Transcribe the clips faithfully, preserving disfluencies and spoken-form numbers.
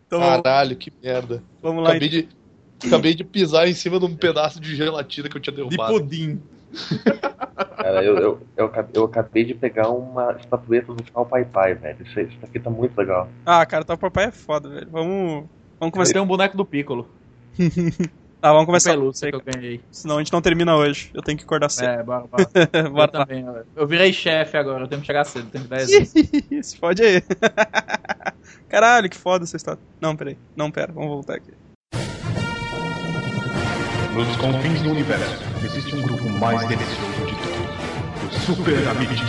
Então, caralho, que merda. Vamos lá. Acabei de, acabei de pisar em cima de um pedaço de gelatina que eu tinha derrubado. De pudim. Cara, eu, eu, eu, eu acabei de pegar uma estatueta do Tchau Pai Pai, velho. Isso, isso aqui tá muito legal. Ah, cara, Tchau Pai Pai é foda, velho. Vamos, vamos começar. Tem um boneco do Piccolo. Tá, vamos começar. Pelúcia que eu ganhei. Senão a gente não termina hoje. Eu tenho que acordar cedo. É, bora, bora. Bora eu lá. também, eu, eu virei chefe agora, eu tenho que chegar cedo, tenho que dar exemplo. Isso, pode aí. Caralho, que foda essa história. Não, peraí. Não, pera, vamos voltar aqui. Nos confins do universo, existe um grupo mais delicioso de todos. Os Super Amigos.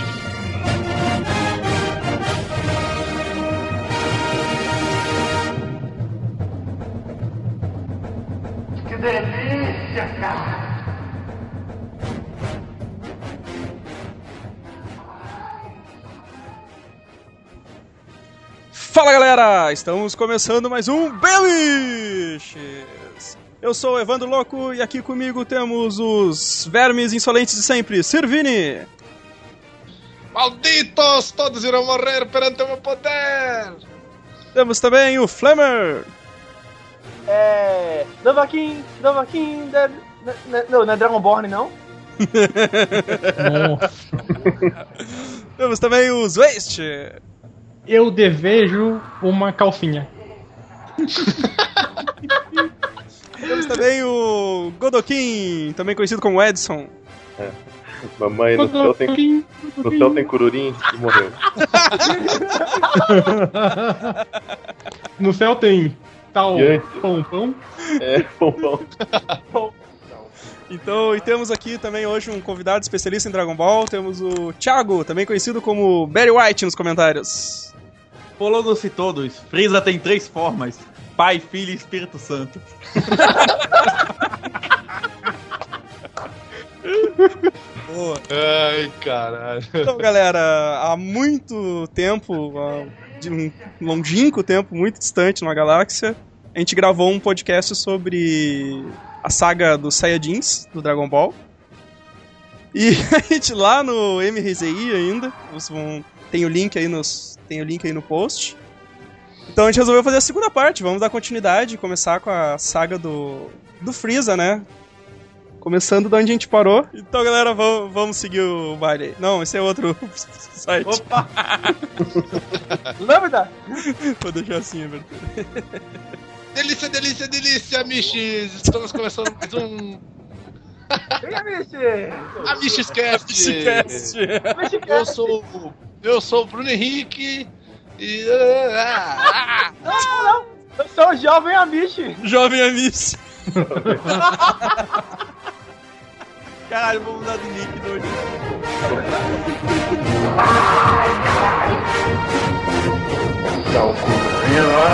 Que delícia, cara! Fala, galera! Estamos começando mais um Beliches! Eu sou o Evandro Louco e aqui comigo temos os vermes insolentes de sempre, Sirvini! Malditos! Todos irão morrer perante o meu poder! Temos também o Flamer! É... Novakin, Novakin, da... não, não é Dragonborn, não? Temos também o Zwaste! Eu desejo uma calcinha. Temos também o Godokin, também conhecido como Edson. É. Mamãe, no céu tem, no céu tem cururim e morreu. No céu tem tal Gigante. pompom. É, pompom. Então, e temos aqui também hoje um convidado especialista em Dragon Ball. Temos o Thiago, também conhecido como Barry White nos comentários. Pulando-se todos, Frieza tem três formas: Pai, Filho e Espírito Santo. Boa. Ai, caralho. Então, galera, há muito tempo, há de um longínquo tempo, muito distante numa galáxia, a gente gravou um podcast sobre a saga dos Saiyajins do Dragon Ball. E a gente lá no M R Z I ainda, vocês vão, tem o link aí nos, tem o link aí no post. Então a gente resolveu fazer a segunda parte, vamos dar continuidade, começar com a saga do do Frieza, né? Começando de onde a gente parou. Então, galera, vamos, vamos seguir o baile aí. Não, esse é outro site. Opa! Lambda! Vou deixar assim, abertura. Delícia, delícia, delícia, Michis! Estamos começando mais um... Vem, Amish! Amishcast! Amishcast! Eu sou... Eu sou o Bruno Henrique e... Ah, ah. Não, não, não! Eu sou o jovem Amish! Jovem Amish! Caralho, vou mudar de nick do hoje. Dá o curinho lá.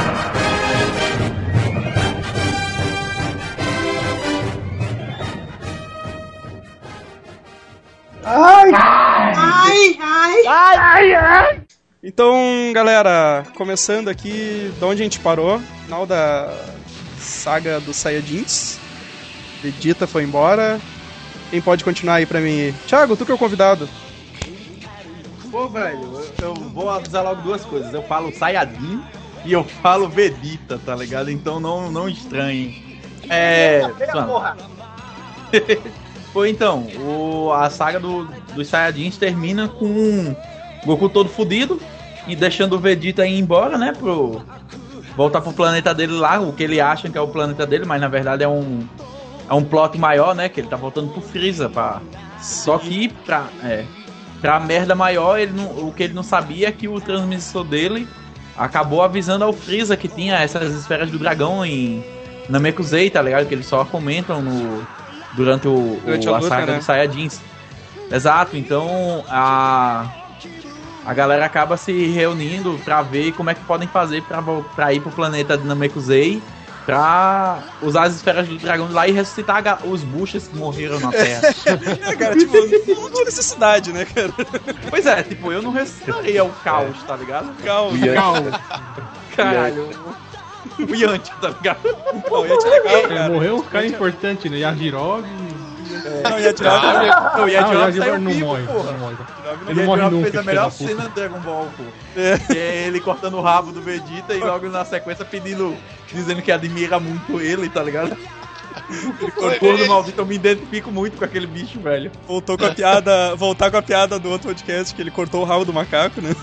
Ai! Ai, ai, Ai, ai, ai! Então, galera, começando aqui de onde a gente parou, final da saga dos Saiyajins. Vegeta foi embora. Quem pode continuar aí pra mim? Thiago, tu que é o convidado. Pô, velho, eu, eu vou avisar logo duas coisas. Eu falo Saiyajin e eu falo Vegeta, tá ligado? Então não, não estranhem. É... Porra! Pô, então, o, a saga do, dos Saiyajins termina com o Goku todo fudido e deixando o Vegeta ir embora, né, pro... voltar pro planeta dele lá, o que ele acha que é o planeta dele, mas na verdade é um... É um plot maior, né? Que ele tá voltando pro Frieza, pá. Só que pra, é, pra merda maior, ele não, o que ele não sabia é que o transmissor dele acabou avisando ao Frieza que tinha essas esferas do dragão em Namekusei, tá ligado? Que eles só comentam no, durante, o, durante o, a, a luta, saga né? dos Saiyajins. Exato, então a, a galera acaba se reunindo pra ver como é que podem fazer pra, pra ir pro planeta de Namekusei, pra usar as esferas do dragão lá e ressuscitar os buchas que morreram na Terra. É, cara, tipo, não tinha necessidade, né, cara? Pois é, tipo, eu não ressuscitaria o caos, tá ligado? Caos. Calma. Caralho. O Yantia, tá ligado? Não, o Yantia é legal, É, cara. morreu um cara importante, né? Yajirobe. Não, o Yajirobe Não, o Yajirobe Yajirobe saiu não vivo, morre. porra. Não morre. Ele morre Drop nunca, fez a filho melhor da puta. cena do Dragon Ball, pô. É. Que é ele cortando o rabo do Vegeta e logo na sequência pedindo, dizendo que admira muito ele, tá ligado? Ele cortou do maldito, eu me identifico muito com aquele bicho, velho. Voltou com a piada. Voltar com a piada do outro podcast, que ele cortou o rabo do macaco, né?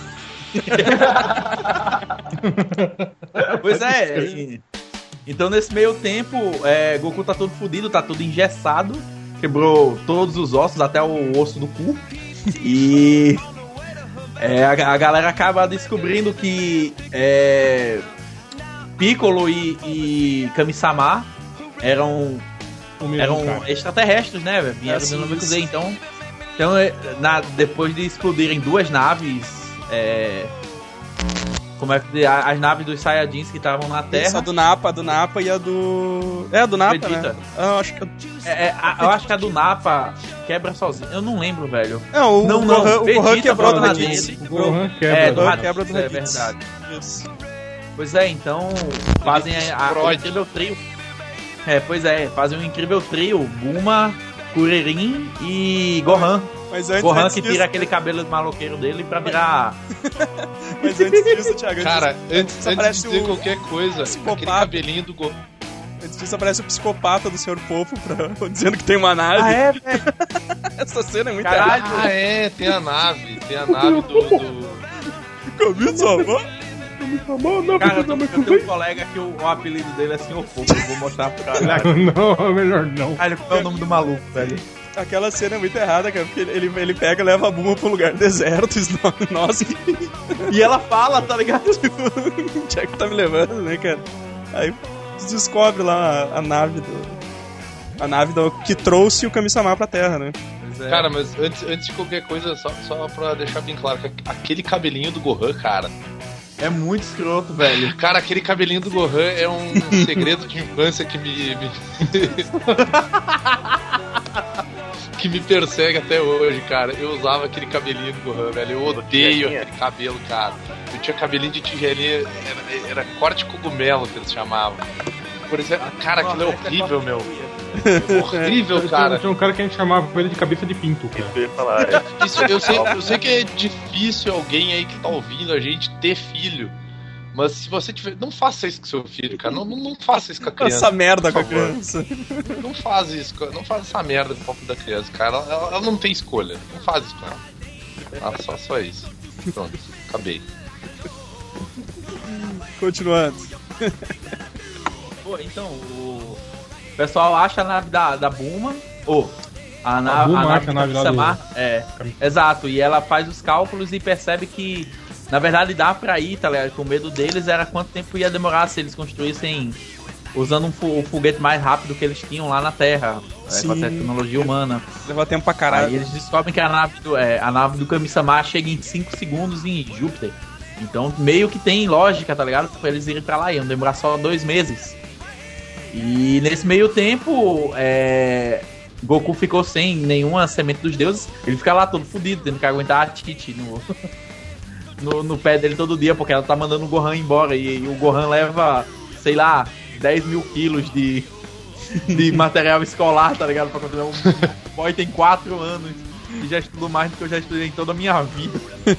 Pois é. e- Então nesse meio tempo, é, Goku tá todo fudido, tá todo engessado. Quebrou todos os ossos, até o osso do cu. E é, a, a galera acaba descobrindo que é, Piccolo e, e Kami-sama eram, O mesmo eram cara. extraterrestres, né? velho? Vieram Assim, do Namekusei. isso. Então, então é, na, depois de explodirem duas naves, é, como é que a- as naves dos Saiyajins que estavam na Terra. Isso, a do Napa, a do Napa e a do. É, a do Napa, Vegeta. né? Ah, eu acho que. É, é, a- eu acho que a do Napa quebra sozinho. Eu não lembro, velho. Não, o Não, não, Gohan, o Vegeta Gohan quebrou volta do na Raditz. dele. O Gohan quebra. É, do Gohan Raditz, quebra do é Raditz. verdade. Isso. Pois é, então fazem a, a, o Freud. incrível trio. É, pois é, fazem um incrível trio: Bulma, Kuririn e Gohan. Mas antes, Gohan antes que disso, tira aquele cabelo maloqueiro dele pra virar. mas antes disso, Thiago, antes Cara, disso- antes, disso antes aparece de dizer o- qualquer coisa, psicopata. aquele cabelinho do Goku. Antes disso aparece o psicopata do senhor Popo pra... dizendo que tem uma nave. Ah, é, velho? Essa cena é muito Caralho. Ah, é, tem a nave. Tem a nave do. do... Kami-sama. Cara, eu, tô- eu tenho um colega que o, o apelido dele é senhor Popo. Eu vou mostrar pra caralho. Não, melhor não. Caralho, qual é o nome do maluco, velho? Aquela cena é muito errada, cara, porque ele, ele pega e leva a Bulma pra um lugar deserto, e nós que... E ela fala, tá ligado? o Jack tá me levando, né, cara? Aí descobre lá a, a nave do... A nave do, que trouxe o Kami-sama pra Terra, né? Pois é. Cara, mas antes, antes de qualquer coisa, só, só pra deixar bem claro, que aquele cabelinho do Gohan, cara. É muito escroto, velho. Cara, aquele cabelinho do Gohan é um segredo de infância que me. me... que me persegue até hoje, cara. Eu usava aquele cabelinho do Gohan, velho. Eu odeio aquele cabelo, cara. Eu tinha cabelinho de tigelinha, era, era corte cogumelo que eles chamavam. Por exemplo, cara, aquilo é horrível, meu. Horrível, cara. Tinha um cara que a gente chamava ele de cabeça de pinto, cara. Eu ia falar, é. Isso, eu, sei, eu sei que é difícil alguém aí que tá ouvindo a gente ter filho. Mas se você tiver. Não faça isso com seu filho, cara. Não, não, não faça isso com a criança. Essa merda com a por favor. criança. Não faz isso, co- não faz essa merda com o papo da criança, cara. Ela, ela- ela não tem escolha. Não faz isso com ela. Ah, só, só isso. Pronto, acabei. Continuando. Pô, então, o pessoal acha a nave da, da Bulma, ou a, na, A Bulma a nave acha a nave do lá Kami-sama, do- é, exato, e ela faz os cálculos e percebe que, na verdade, dá pra ir, tá ligado? O medo deles era quanto tempo ia demorar se eles construíssem usando um fo- o foguete mais rápido que eles tinham lá na Terra, é, com a Sim. tecnologia humana. Leva tempo pra caralho. Aí eles descobrem que a nave do, é, a nave do Kami-sama chega em cinco segundos em Júpiter. Então meio que tem lógica, tá ligado? Pra eles irem pra lá, iam demorar só dois meses. E nesse meio tempo, é, Goku ficou sem nenhuma semente dos deuses. Ele fica lá todo fudido, tendo que aguentar a Titi no, no, no pé dele todo dia, porque ela tá mandando o Gohan embora. E, e o Gohan leva, sei lá, dez mil quilos de, de material escolar, tá ligado? Pra continuar. Um boy tem quatro anos e já estudou mais do que eu já estudei em toda a minha vida.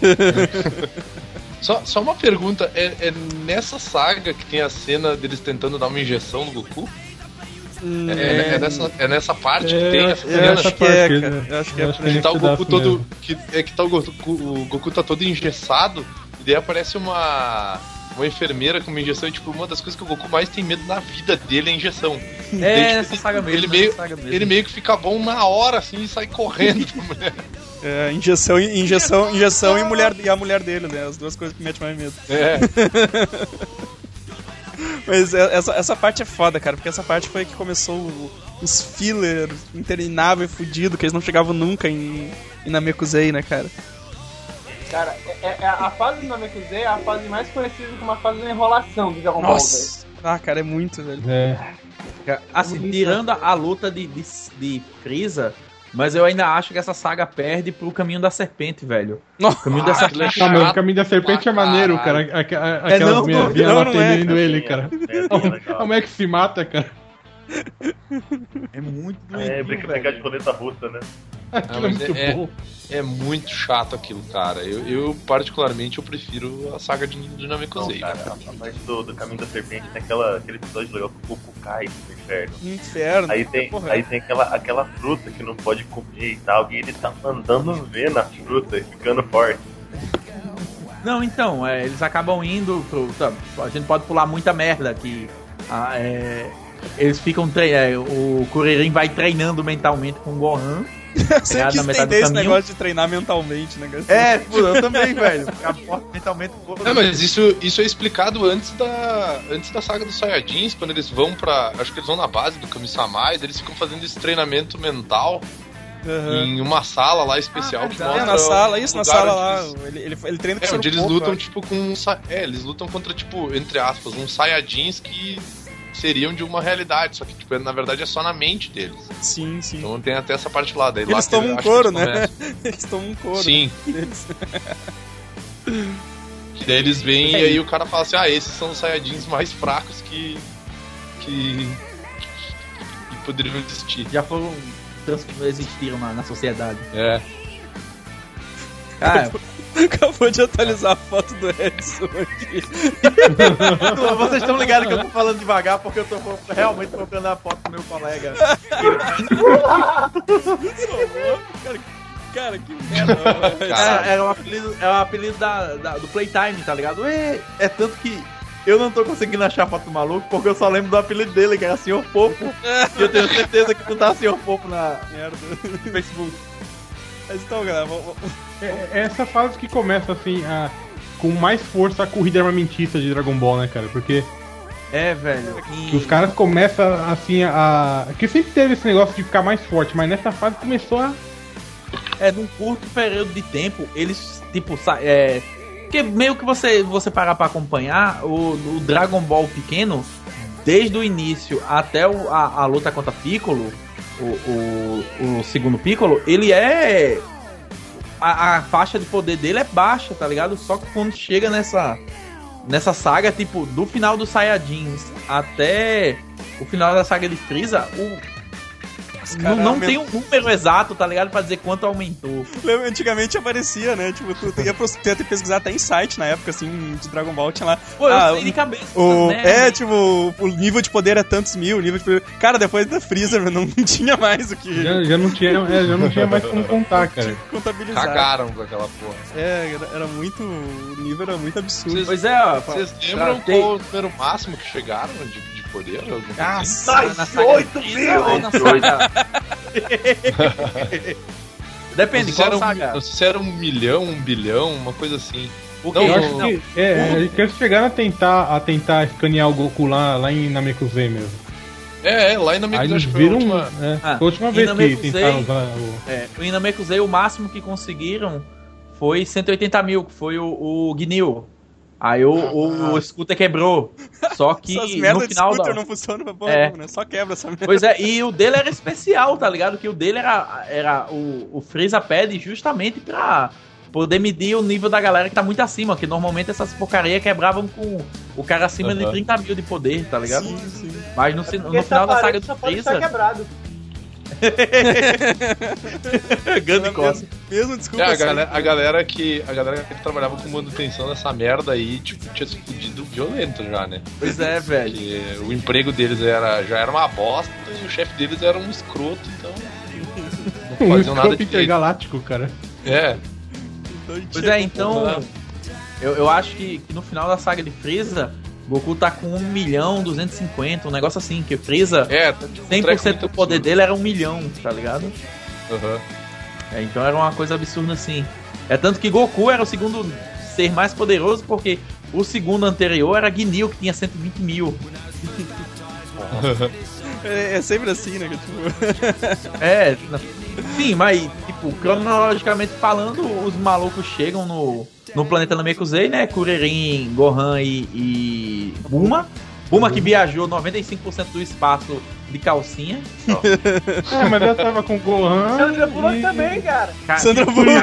Só, só uma pergunta, é, é nessa saga que tem a cena deles tentando dar uma injeção no Goku? Hum, É, é- é nessa, é nessa parte que É, tem essa eu cena? acho que é, cara. Eu acho que é. acho Que que tá o a gente Goku dá todo. mesmo. Que, é que tá o Goku, o Goku tá todo engessado, e daí aparece uma. Uma enfermeira com uma injeção, e, tipo, uma das coisas que o Goku mais tem medo na vida dele é a injeção. É, Daí, tipo, essa saga mesmo. ele essa meio- saga mesmo. Ele meio que fica bom na hora, assim, e sai correndo pra mulher. É, injeção, injeção, injeção e, mulher, e a mulher dele, né? As duas coisas que metem mais medo. É. Mas é- essa, essa parte é foda, cara, porque essa parte foi que começou o- os filler interminável e fudido, que eles não chegavam nunca em, em Namekusei, né, cara? Cara, é, é- a fase do Namekusei é a fase mais conhecida como a fase da enrolação do Dragon Ball, velho. Nossa! Ah, cara, é muito, velho. É. Assim, tirando a luta de, de, de Frieza, mas eu ainda acho que essa saga perde pro Caminho da Serpente, velho. O Caminho da Ah, Serpente. aquilo Ah, mas o caminho da serpente é pra maneiro, caralho. cara. Aqu- a- É, Aquelas não, minhas não, vinhas não, lá não é, atendendo cara. ele, cara. É, é legal. Como é que se mata, cara? É muito É, doido, brinca velho. pegar de roleta russa, né? Aquilo é mas muito é- bom. É muito chato aquilo, cara. Eu, eu particularmente, eu prefiro a saga de Não, Dinamekusei. cara, a, a parte do, do Caminho da Serpente tem aquela, aquele episódio legal que o Goku cai no inferno. Inferno. Aí tem, Porra. aí tem aquela, aquela fruta que não pode comer e tal, e ele tá mandando ver na fruta e ficando forte. Não, então, é, eles acabam indo pro. Tá, a gente pode pular muita merda que. ah, é, eles ficam treinando. O Kuririn vai treinando mentalmente com o Gohan. Eu sempre na quis metade entender do esse caminho. negócio de treinar mentalmente, né? cara? É, pô, eu também, velho. Ficar forte mentalmente. Pô, Não, mas isso, isso é explicado antes da, antes da saga dos Saiyajins, quando eles vão pra. Acho que eles vão na base do Kami-sama, e eles ficam fazendo esse treinamento mental Aham. em uma sala lá especial que mostra. É, na sala, o isso, na lugar sala onde lá. eles- Ele, ele, ele treina com É, o onde eles Soro lutam, Pouco, tipo, com. um sa- É, eles lutam contra, tipo, entre aspas, uns Saiyajins que seriam de uma realidade, só que, tipo, na verdade é só na mente deles. Sim, sim. Então tem até essa parte lá. Daí lá Eles que tomam um acho que couro, eles né? começam. Eles tomam um couro. Sim. Eles- Que daí eles vêm e aí o cara fala assim, ah, esses são os Saiyajins mais fracos que. que. que poderiam existir. já foram. trans- Existiram na, na sociedade. É. Cara, Acabou de atualizar a foto do Edson aqui. vocês estão ligados que eu tô falando devagar porque eu tô realmente procurando a foto do meu colega. Cara, cara, que merda. Caralho. É, é o apelido, é o apelido da, da- do Playtime, tá ligado? É, é tanto que eu não tô conseguindo achar a foto do maluco porque eu só lembro do apelido dele, que era Senhor Fofo. E eu tenho certeza que não tá Senhor Fofo na, Merda. no Facebook. Mas então, galera, vamos- vamos- É, é essa fase que começa assim, a, com mais força a corrida armamentista de Dragon Ball, né, cara? Porque É, velho. E- que os caras começam assim a. Que sempre teve esse negócio de ficar mais forte, mas nessa fase começou a. É, num curto período de tempo, eles, tipo, sa- é. Porque meio que você, você parar pra acompanhar o, o Dragon Ball pequeno, desde o início até o- a, a luta contra Piccolo, o, o, o segundo Piccolo, ele é. A, a faixa de poder dele é baixa, tá ligado? Só que quando chega nessa. Nessa saga, tipo, do final dos Saiyajins até o final da saga de Frieza, o. Os Não, caras não aumentam- tem um número exato, tá ligado? Pra dizer quanto aumentou. Lembra, antigamente aparecia, né? Tipo, tu ia pro- tu ia ter que pesquisar até em site na época, assim, de Dragon Ball, tinha lá. Pô, eu ah, sei de cabeça. o, né? é, tipo, o nível de poder é tantos mil, o nível de poder... Cara, depois da Freezer, não tinha mais o que Já, já, não, tinha, é, já não tinha mais como contar, cara. contabilizar. Cagaram com aquela porra. É, era, era muito... O nível era muito absurdo. Vocês- Pois é, ó. Vocês pra- lembram tem- qual o número máximo que chegaram de, de poder? Alguma coisa Ah, assim? Mais na saga oito de mil! Freeza ou na saga- Depende, Vocês qual eram, saga? vocês eram um milhão, um bilhão, uma coisa assim. Porque, Não, Eu acho não, que. É, é, que eles chegaram a tentar, a tentar escanear o Goku lá, lá em Namekusei mesmo. É, é, lá em Aí Namekusei eles acho que foi a viram. última. É, Ah, foi a última e vez que Namekusei- tentaram usar o. é, o Inamekusei, o máximo que conseguiram foi cento e oitenta mil, que foi o, o Ginyu. Aí o, o, o scooter quebrou. Só que Essas no merdas de final scooter da... não funcionam pra porra É. nenhuma, né? Só quebra essa merda. Pois é, e o dele era especial, tá ligado? Que o dele era, era o, o Freeza Pad justamente pra poder medir o nível da galera que tá muito acima, que normalmente essas porcaria quebravam com o cara acima de Aham. trinta mil de poder, tá ligado? Sim, sim. Mas no, fi- Porque no final da essa saga parede do só pode estar Freeza, quebrado. Ganda Costa. Mesmo, desculpa. É, a assim, galera, a galera que. A galera que trabalhava com manutenção dessa merda aí, tipo, tinha se fudido violento já, né? Pois é, velho. Porque o emprego deles era, já era uma bosta e o chefe deles era um escroto, então. Não Um faziam nada escopo direito. intergaláctico, cara. É. então, Pois tinha- é, então. Eu, eu acho que, que no final da saga de Freeza, Goku tá com um milhão duzentos e cinquenta, um negócio assim, que o Freeza, É, tá, tipo, um cem por treco cento do muito poder absurdo. dele era um milhão, tá ligado? Aham. É, então era uma coisa absurda assim. É tanto que Goku era o segundo ser mais poderoso, porque o segundo anterior era Ginyu, que tinha cento e vinte mil. É, é sempre assim, né? que, tipo, É, na- sim, mas, tipo, cronologicamente falando, os malucos chegam no, no planeta Namekusei, né? Kuririn, Gohan e, e Bulma. Bulma que viajou noventa e cinco por cento do espaço de calcinha. É, mas eu tava com o Gohan. Sandra Bullock e- também, cara. Ca- Sandra Bullock.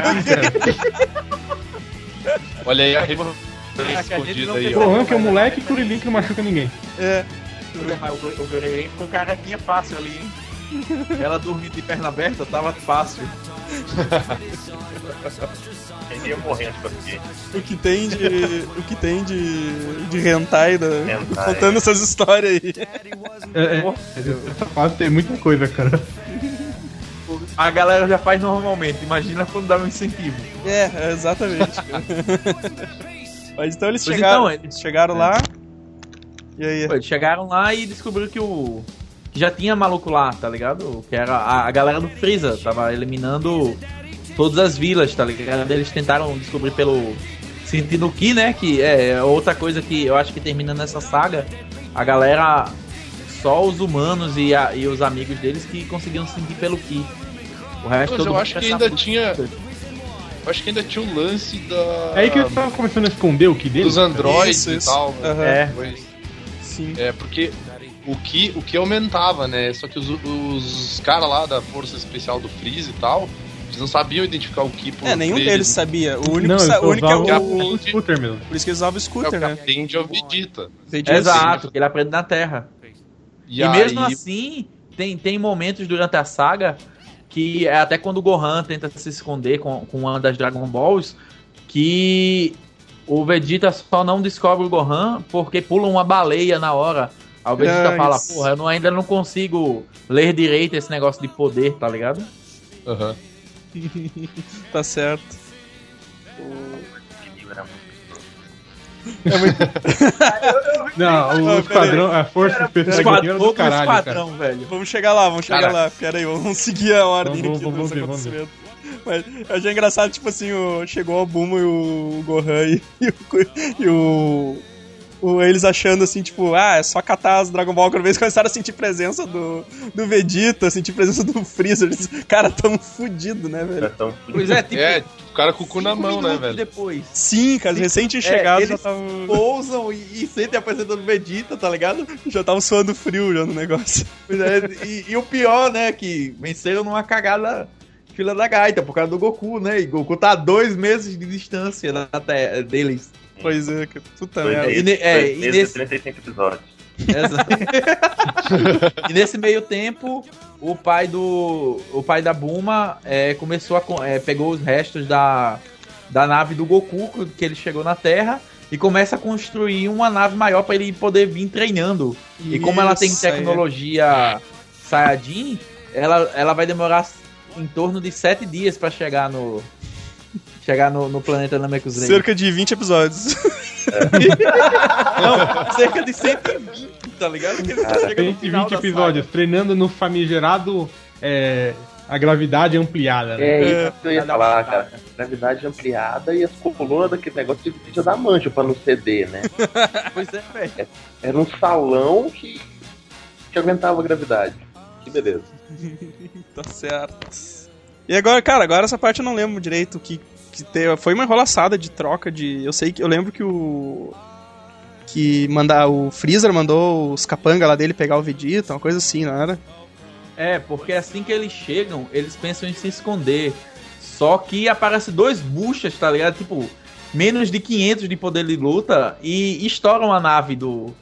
Olha aí a rival gente escondida não aí, tem ó. Gohan que é o moleque e Kuririn que não machuca ninguém. É. O Kuririn com carequinha fácil ali, hein? Ela dormir de perna aberta tava fácil. Ele ia morrer antes pra seguir. O que tem de. O que tem de. de hentai, da, Hentai. contando essas histórias aí. É, é, essa fase tem muita coisa, cara. A galera já faz normalmente, imagina quando dá um incentivo. É, é exatamente. Mas então eles Pois chegaram. então, eles chegaram lá. E aí? Pô, eles chegaram lá e descobriram que o. que já tinha maluco lá, tá ligado? Que era a, a galera do Freeza, tava eliminando todas as vilas, tá ligado? Eles tentaram descobrir pelo sentido Ki, né? Que é outra coisa que eu acho que termina nessa saga. A galera, só os humanos e, a, e os amigos deles que conseguiam sentir pelo Ki. O resto Mas todo eu mundo acho que pensava ainda por- tinha. Eu acho que ainda tinha o lance da. É aí que eles estavam começando a esconder o que dele. dos androides Isso, e isso. tal. né? Aham. É. Depois. Sim. É, porque o que, o que aumentava, né? Só que os, os caras lá da Força Especial do Freeze e tal, eles não sabiam identificar o Ki por É, nenhum por deles eles. sabia. O único, Não, sa- eles o único é usavam o. o scooter mesmo. Por isso que eles usavam o É o scooter, que né? aprende é o Vegeta. Vegeta. Exato, que ele aprende na Terra. E, E, mesmo aí, assim, tem, tem momentos durante a saga que é até quando o Gohan tenta se esconder com, com uma das Dragon Balls, que o Vegeta só não descobre o Gohan porque pula uma baleia na hora. Aí o Vegeta Ah, fala, isso. porra, eu não- ainda não consigo ler direito esse negócio de poder, tá ligado? Aham. Tá certo. Não, Ah, o esquadrão, a força especial Esquadrão, aqui era do caralho, cara. esquadrão, velho. Vamos chegar lá, vamos chegar Cara. lá. Pera aí, vamos seguir a ordem Vamos, aqui vamos, dos vamos ver, vamos ver. acontecimentos. Mas eu achei engraçado, tipo assim, o, chegou o Bulma e o Gohan e, e o, e o, o- eles achando assim, tipo, ah, é só catar as Dragon Ball. Quando eles começaram a sentir presença do, do Vegeta, sentir presença do Freezer, eles, cara, tão fudido, né, velho? Então, Pois é, tipo, É, o cara com o cu na cinco mão, né, minutos velho? depois. Sim, cara, Sim, recém-chegados é, já eles- estavam Pousam e, e sentem a presença do Vegeta, tá ligado? já tavam suando frio já no negócio. Pois é, e, e o pior, né, que venceram numa cagada fila da gaita, por causa do Goku, né? E Goku tá a dois meses de distância da terra deles. Pois é, cara, puta dois merda. E meses, ne- é, dois e meses nesse- e trinta e cinco episódios. Exato. E nesse meio tempo, o pai do o pai da Bulma é, começou a co- é, pegou os restos da, da nave do Goku que ele chegou na Terra e começa a construir uma nave maior para ele poder vir treinando. E como ela tem Isso aí. tecnologia Saiyajin, ela, ela vai demorar em torno de sete dias para chegar no chegar no, no planeta Namekusei. Cerca de vinte episódios. Não, cerca de cento e vinte, tá ligado? Que ele chega no cento e final vinte da episódios, treinando no famigerado é, a gravidade ampliada, né? É isso que eu ia Cada falar, um- cara. Gravidade ampliada e as colunas daquele negócio de vídeo da mancha pra não ceder, né? saga. Pois é, velho. Era um salão que, que aguentava a gravidade. Que beleza. Tá certo. E agora, cara, agora essa parte eu não lembro direito que, que teve. Foi uma enrolaçada de troca de. Eu sei que. Eu lembro que o. Que mandar o Freezer mandou os capanga lá dele pegar o Vegeta, uma coisa assim, não era? É, porque assim que eles chegam, eles pensam em se esconder. Só que aparece dois buchas, tá ligado? Tipo, menos de quinhentos de poder de luta e estouram a nave do.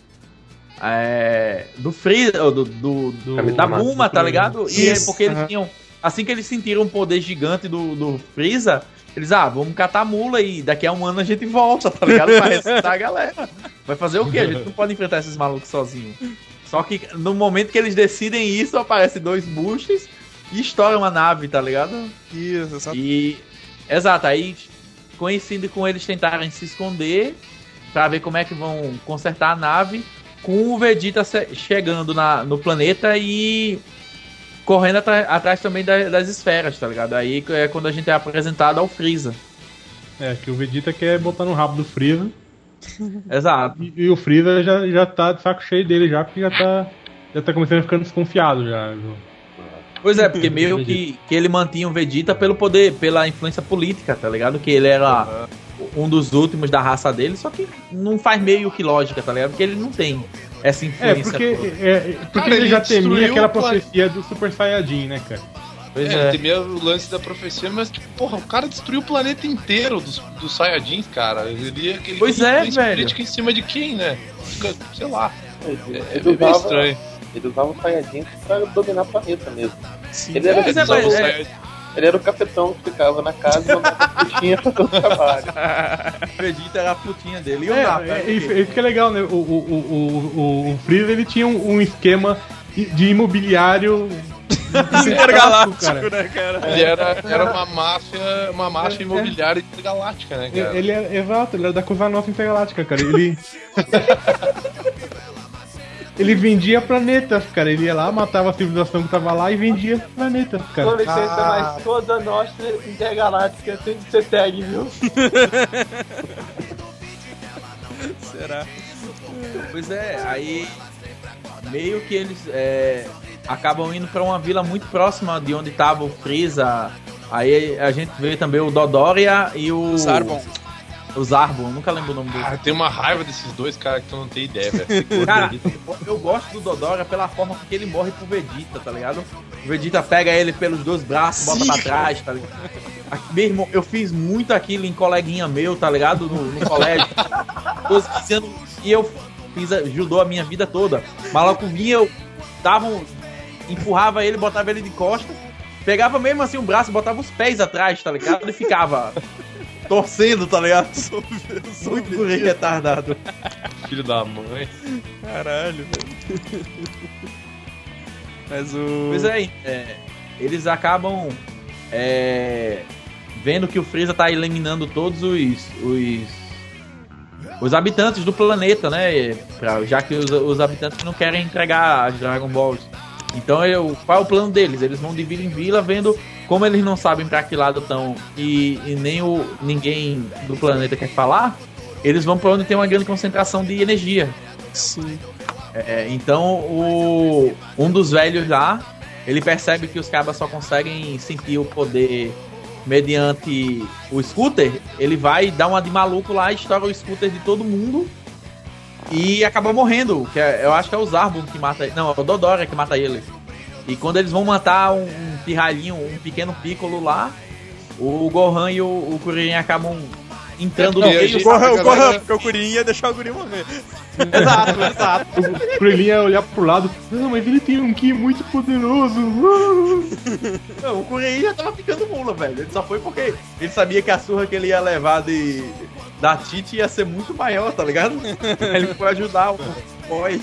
É, do Freezer, do, do, do- da Kami-Tama. Bulma, tá ligado? E é Isso, porque eles aham. tinham. Assim que eles sentiram o poder gigante do, do Freeza, eles, ah, vamos catar a mula e daqui a um ano a gente volta, tá ligado? Pra ressuscitar a galera. Vai fazer o quê? A gente não pode enfrentar esses malucos sozinho. Só que no momento que eles decidem isso, aparecem dois buches e estouram a nave, tá ligado? Isso, exato. E. Exato, aí coincide com eles tentarem se esconder pra ver como é que vão consertar a nave, com o Vegeta se- chegando na, no planeta e correndo atra- atrás também da- das esferas, tá ligado? Aí é quando a gente é apresentado ao Freeza. É, que o Vegeta quer botar no rabo do Freeza. Exato. E, e o Freeza já, já tá de saco cheio dele já, porque já tá, já tá começando a ficar desconfiado já. Pois é, porque meio que, que ele mantinha o Vegeta pelo poder, pela influência política, tá ligado? Que ele era um dos últimos da raça dele, só que não faz meio que lógica, tá ligado? Porque ele não tem essa É, influência. porque, toda. é, é, porque Cara, ele, ele já temia destruiu aquela o plan- profecia do Super Saiyajin, né, cara? Pois É, é. ele temia o lance da profecia, mas, tipo, porra, o cara destruiu o planeta inteiro dos, dos Saiyajins, cara. Ele, ele Pois tem é, influência velho. política em cima de quem, né? Fica, sei lá. Ele, É, é ele meio usava, estranho. ele usava o Saiyajin pra dominar o planeta mesmo. Sim. Ele era É, Pois é, ele usava mas o é- Saiyajin- Ele era o capitão que ficava na casa e mandava a putinha fazer o trabalho. O Vegeta era a putinha dele. E o É, Nappa, é, era isso, o quê? isso que é legal, né? O, o, o, o, o Freeza, ele tinha um, um esquema de imobiliário Intergaláctico, cara. né, cara? Ele era, era uma máfia, uma máfia imobiliária intergaláctica, né, cara? Ele é, exato, ele era da Cosa Nossa Intergaláctica, cara. Ele. Ele vendia planetas, cara. Ele ia lá, matava a civilização que tava lá e vendia planetas, Com cara. licença, Ah. mas Cosa Nostra Intergaláctica tem que ser tag, viu? Será? Pois é, aí meio que eles é, acabam indo pra uma vila muito próxima de onde tava o Freeza. Aí a gente vê também o Dodoria e o Zarbon. O Zarbon, nunca lembro o nome dele. Ah, tem uma raiva desses dois caras que tu não tem ideia, velho. Cara, eu gosto do Dodoria pela forma que ele morre pro Vegeta, tá ligado? O Vegeta pega ele pelos dois braços, bota Sim, pra trás, tá ligado? Aqui, meu irmão, eu fiz muito aquilo em coleguinha meu, tá ligado? No, no colégio. doze, quinze anos, e eu fiz a- judô a minha vida toda. Maluco vinha, eu dava um, empurrava ele, botava ele de costas, pegava mesmo assim o braço, botava os pés atrás, tá ligado? E ficava torcendo, tá ligado? Muito guri retardado. Filho da mãe. Caralho, velho. Mas o. Pois é, é, eles acabam é, vendo que o Freeza tá eliminando todos os, os, os habitantes do planeta, né? Pra, já que os, os habitantes não querem entregar as Dragon Balls. Então, eu, qual é o plano deles? Eles vão de vila em vila, vendo como eles não sabem pra que lado estão e, e nem o, ninguém do planeta quer falar. Eles vão pra onde tem uma grande concentração de energia. Sim. É, então o, um dos velhos lá, ele percebe que os cabas só conseguem sentir o poder mediante o scooter. Ele vai dar uma de maluco lá, estoura o scooter de todo mundo e acaba morrendo. Que é, eu acho que é o Zarbon que mata ele. Não, é o Dodoria que mata ele. E quando eles vão matar um, um pirralhinho, um pequeno Piccolo lá, o Gohan e o, o Kuririn acabam entrando É, no porque a meio. gente- O Gohan, o galera- Gohan, porque o Kuririn ia deixar o Guri morrer. Exato, exato. O Krillin ia olhar pro lado. Não, mas ele tem um Ki muito poderoso. Não, o Kuririn já tava ficando mula, velho. Ele só foi porque ele sabia que a surra que ele ia levar de da Titi ia ser muito maior, tá ligado? Aí ele foi ajudar o boy.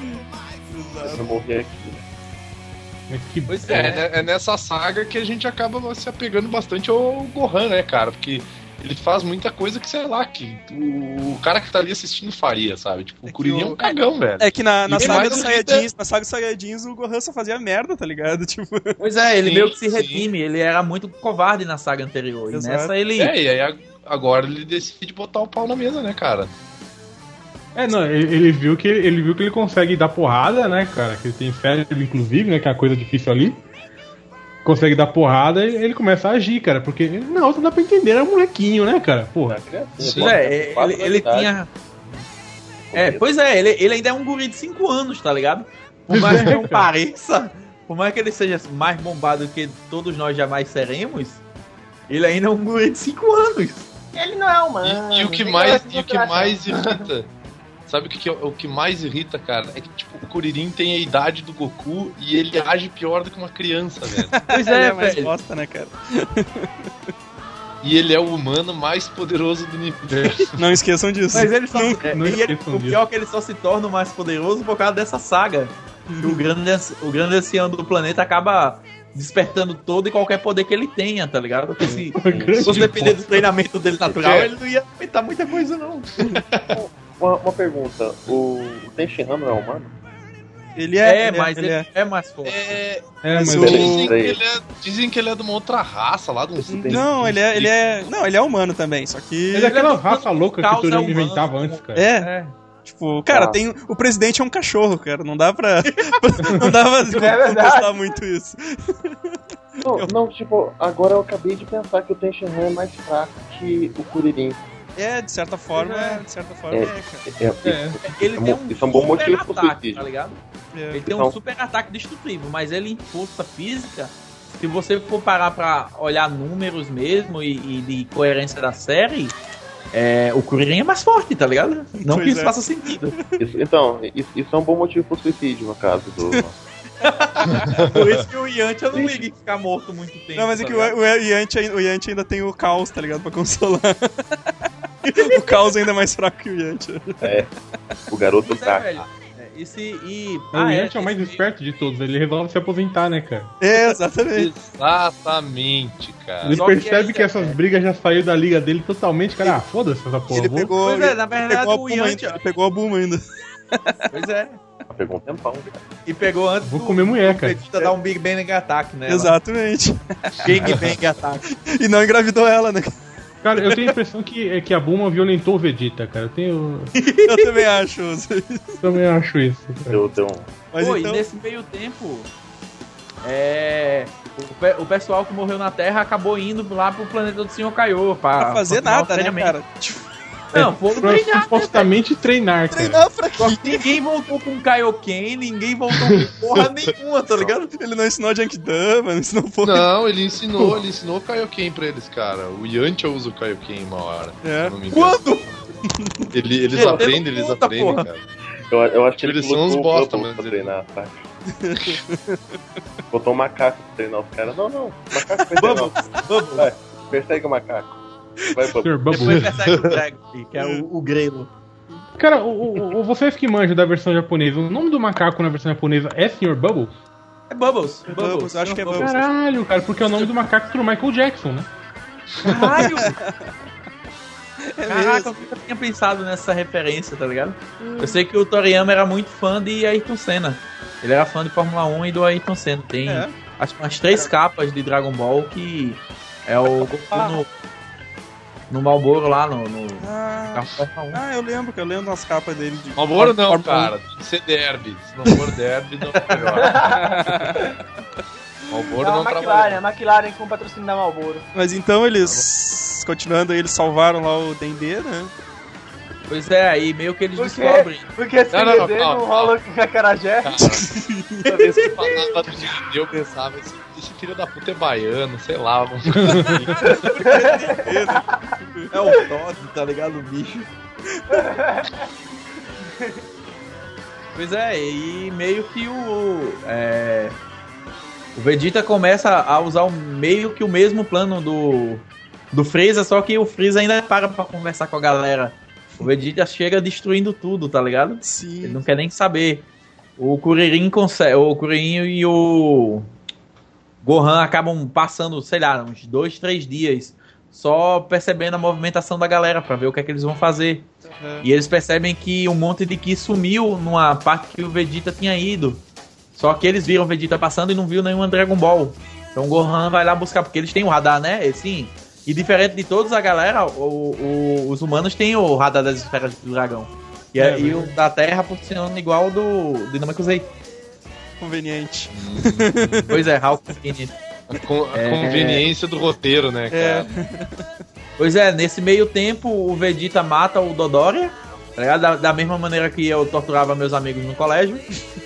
Eu morri aqui. Mas que Pois É, é, né, é nessa saga que a gente acaba se apegando bastante ao Gohan, né, cara? Porque ele faz muita coisa que, sei lá, que o, o cara que tá ali assistindo faria, sabe? Tipo, É o que Kuririn é o- um cagão, velho. É que na, na E saga mais dos um Saiyajins, na saga dos Saiyajins, o Gohan só fazia merda, tá ligado? Tipo. Pois é, ele Sim, meio que se sim. redime. Ele era muito covarde na saga anterior. E Exato. nessa ele. É, e aí a- agora ele decide botar o pau na mesa, né, cara? É, não, ele, ele viu que ele viu que ele consegue dar porrada, né, cara? Que ele tem cérebro, inclusive, né? Que é a coisa difícil ali. Consegue dar porrada e ele começa a agir, cara. Porque, não, não dá pra entender, era um molequinho, né, cara? Porra. Pois é, ele, ele tinha. É, pois é, ele, ele ainda é um guri de cinco anos, tá ligado? Por mais que não pareça, por mais que ele seja mais bombado que todos nós jamais seremos, ele ainda é um guri de cinco anos. Ele não é humano. E, e o que Ele mais, é e o que mais irrita, sabe o que, que é, o que mais irrita, cara? É que tipo, o Kuririn tem a idade do Goku e ele age pior do que uma criança, velho. Pois Ele é, é mais velho. bosta, né, cara? E ele é o humano mais poderoso do universo. Não esqueçam disso. Mas ele só Nunca. é, não e ele- esqueçam o disso. pior é que ele só se torna o mais poderoso por causa dessa saga. Que o grande, o grande ancião do planeta acaba despertando todo e qualquer poder que ele tenha, tá ligado? Porque se grande fosse depender do treinamento dele natural, É. ele não ia aumentar muita coisa, não. Uma, uma pergunta, o Tenshinhan não é humano? Ele é, É, ele mas ele ele é. é mais forte. É, É, Mas mas o- ele- dizem, que Sei. ele é, dizem que ele é de uma outra raça lá, de uns. Não, ele é, ele é. Não, ele é humano também, só que. ele é aquela Ele é raça louca que o causa Toriyama humana. inventava antes, cara. É, É. tipo, cara, Ah. tem. O presidente é um cachorro, cara. Não dá pra. não dá pra verdade. contestar muito isso. Não, não, tipo, agora eu acabei de pensar que o Tenshinhan é mais fraco que o Kuririn. É, de certa forma, É. de certa forma, É. é, cara. É, É. Ele É tem mo- um isso é um bom super motivo pro ataque, suicídio. tá ligado? É. Ele tem um Então- super ataque destrutivo, mas ele em força física, se você for parar pra olhar números mesmo e, e de coerência da série, é, o Kuririn é mais forte, tá ligado? Não Pois que isso é. faça sentido. Isso- então, isso, isso é um bom motivo pro suicídio, no caso do, Por isso que o Yantia não liga em ficar morto muito tempo. Não, mas é tá que o, ligado? o, Yantia, o Yantia ainda tem o Caos, tá ligado? Pra consolar. O Caos ainda é mais fraco que o Yantia. É. O garoto Pois é, tá. velho. É, Esse, e... o Yantia é o mais esperto de todos, ele resolve se aposentar, né, cara? É, exatamente. Exatamente, cara. Ele Só que percebe aí, que, essas é. brigas já saíram da liga dele totalmente, cara. Ah, foda-se essa porra. Ele vou- pegou, Pois é, na ele verdade, pegou a o Buma Yantia- ainda. Ele pegou a Buma ainda. Pois é. Pegou um tempão, cara. E pegou antes Vou do, comer mulher, do cara. Vegeta dar um Big Bang Attack, né? Exatamente. Big Bang Attack. E não engravidou ela, né? Cara, eu tenho a impressão que, é que a Bulma violentou o Vegeta, cara. Eu tenho. Eu também acho. Também acho isso. Cara. Deu, deu um. Mas Pô, então... e nesse meio tempo, é... O, pe- o pessoal que morreu na Terra acabou indo lá pro planeta do senhor Kaiô pra, Pra fazer continuar o nada, né, treinamento. cara? Tipo, Não, foram Pra treinar, né, supostamente treinar, cara. treinar pra Só quê? que ninguém voltou com Kaioken, ninguém voltou com porra nenhuma, tá ligado? Ele não ensinou a Genkidama, não ensinou porra. Não, ele ensinou, ele ensinou o Kaioken pra eles, cara. O Yantia usa o Kaioken uma hora. É. se eu não me engano. Quando? Ele, eles Ele aprendem, não eles conta, aprendem, porra. cara. Eu, eu acho que ele Eles são uns colocou o bosta, Bubbles mas pra ele- treinar, tá? Botou um macaco pra treinar os caras. Não, não. Macaco vai treinar. Bubbles. Vai, persegue o macaco. Vai, Bubbles. senhor Depois Bubbles. persegue o Dragon, que é o, o Grelo. Cara, o, o- o- vocês que manjam da versão japonesa, o nome do macaco na versão japonesa é senhor Bubbles? É Bubbles. Bubbles, acho que é Bubbles. Caralho, cara, porque é o nome do macaco do Michael Jackson, né? Caralho! É Caraca, mesmo. eu nunca tinha pensado nessa referência, tá ligado? Eu sei que o Toriyama era muito fã de Ayrton Senna. Ele era fã de Fórmula um e do Ayrton Senna. Tem É. acho que umas três capas de Dragon Ball que é o Goku no, no Malboro lá no, no Ah, carro Fórmula um. ah, eu lembro, que eu lembro das capas dele. De... Malboro não, Fórmula cara. Tem que ser derby. Se não for derby, não é melhor. Malboro Não, não a trabalha. McLaren, a McLaren com patrocínio da Marlboro. Mas então eles, continuando aí, eles salvaram lá o Dendê, né? Pois é, aí meio que eles Por quê? descobrem. Porque esse Não, não, D D não, não, não. rola com acarajé. Cara, toda vez que eu falava do D D, eu pensava assim, esse filho da puta é baiano, sei lá. Vamos... É o Todd, tá ligado? O bicho. Pois é, e meio que o. É, o Vegeta começa a usar o, meio que o mesmo plano do. Do Freeza, só que o Freeza ainda para pra conversar com a galera. O Vegeta chega destruindo tudo, tá ligado? Sim. Ele não quer nem saber. O Kuririn consegue. O Kuririn e o Gohan acabam passando, sei lá, uns dois, três dias só percebendo a movimentação da galera pra ver o que é que eles vão fazer. Uhum. E eles percebem que um monte de Ki sumiu numa parte que o Vegeta tinha ido. Só que eles viram o Vegeta passando e não viu nenhuma Dragon Ball. Então o Gohan vai lá buscar, porque eles têm o radar, né? Sim. E diferente de todos, a galera, o, o, os humanos têm o radar das esferas do dragão. E, É, e o da Terra funciona igual ao do Dynamic Z. Conveniente. Pois é, how convenient. A, con- a É. conveniência do roteiro, né, É. cara? Pois é, nesse meio tempo o Vegeta mata o Dodoria, tá ligado? Da, da mesma maneira que eu torturava meus amigos no colégio.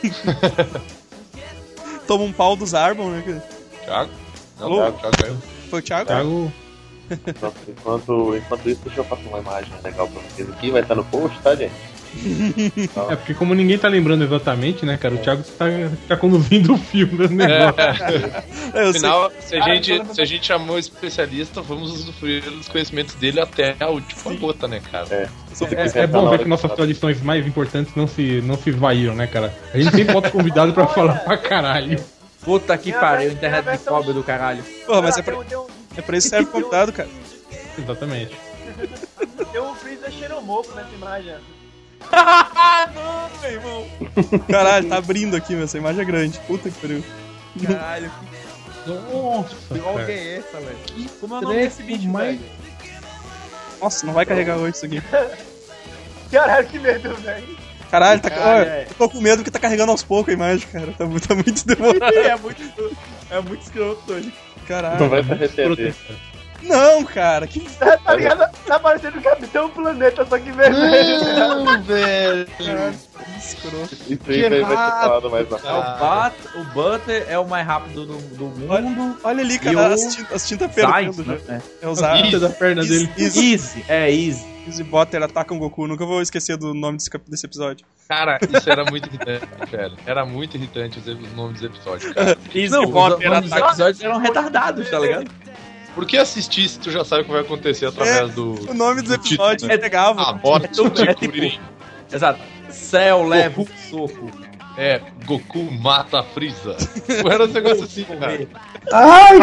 Toma um pau do Zarbon, né? cara? Thiago? Não, Alô? Thiago, Thiago caiu. Foi o Thiago? Thiago. Nossa, enquanto, enquanto isso, deixa eu passar uma imagem legal pra vocês aqui. Vai estar no post, tá, gente? É porque como ninguém tá lembrando exatamente, né, cara? O Thiago tá, tá conduzindo o filme do negócio. É, eu sei. Afinal, se a, Ah, gente, então- se a gente chamou o especialista, vamos usufruir dos conhecimentos dele até a última gota, né, cara? É. É, é bom ver que nossas tradições mais importantes não se, não se esvaíram, né, cara? A gente sempre bota convidado pra falar pra caralho. Puta que Tem a pariu, vers- internet tem a de versão- pobre do caralho. Porra, mas é Ah, pra, tem, tem, um, é pra isso que serve o convidado, cara. Exatamente. tem um Freeza Xenomorfo nessa imagem. Não, meu irmão. Caralho, tá abrindo aqui, meu. Essa imagem é grande. Puta que pariu. Caralho, Nossa, que droga cara. é essa, velho? Como é o nome desse bicho, mais- velho? Nossa, não vai carregar hoje isso aqui. Caralho, que medo, velho. Caralho, tá, Caralho, ó, é. eu tô com medo que tá carregando aos poucos a imagem, cara. Tá, mu- tá muito demorado. É muito, é muito escroto hoje. Caralho. Não vai pra receber. Não, cara, que Tá ligado? Tá parecendo o Capitão Planeta, só que vermelho. Não, velho. escroto. Isso aí vai vai ser falado mais na É, frente. o, Bat, o Butter é o mais rápido do, do mundo. Olha ali, E cara, o as tintas as tinta Sainz, perdendo né? já. É. É os a- Tinta da perna dele. Easy, Easy, é Easy. Easy Butter atacam o Goku. Nunca vou esquecer do nome desse, cap- desse episódio. Cara, isso era muito irritante, velho. Era muito irritante os, os nomes dos episódios, cara. Easy Não, os, Butter os ataca. episódios eram retardados, tá ligado? Por que assistir se tu já sabe o que vai acontecer através do. O nome dos do título, episódios né? é pegava. Ah, bota É tudo- é o tipo- Kuririn. Exato. Céu leva um soco. É, Goku mata a Frieza. Era um negócio assim, cara. Ai,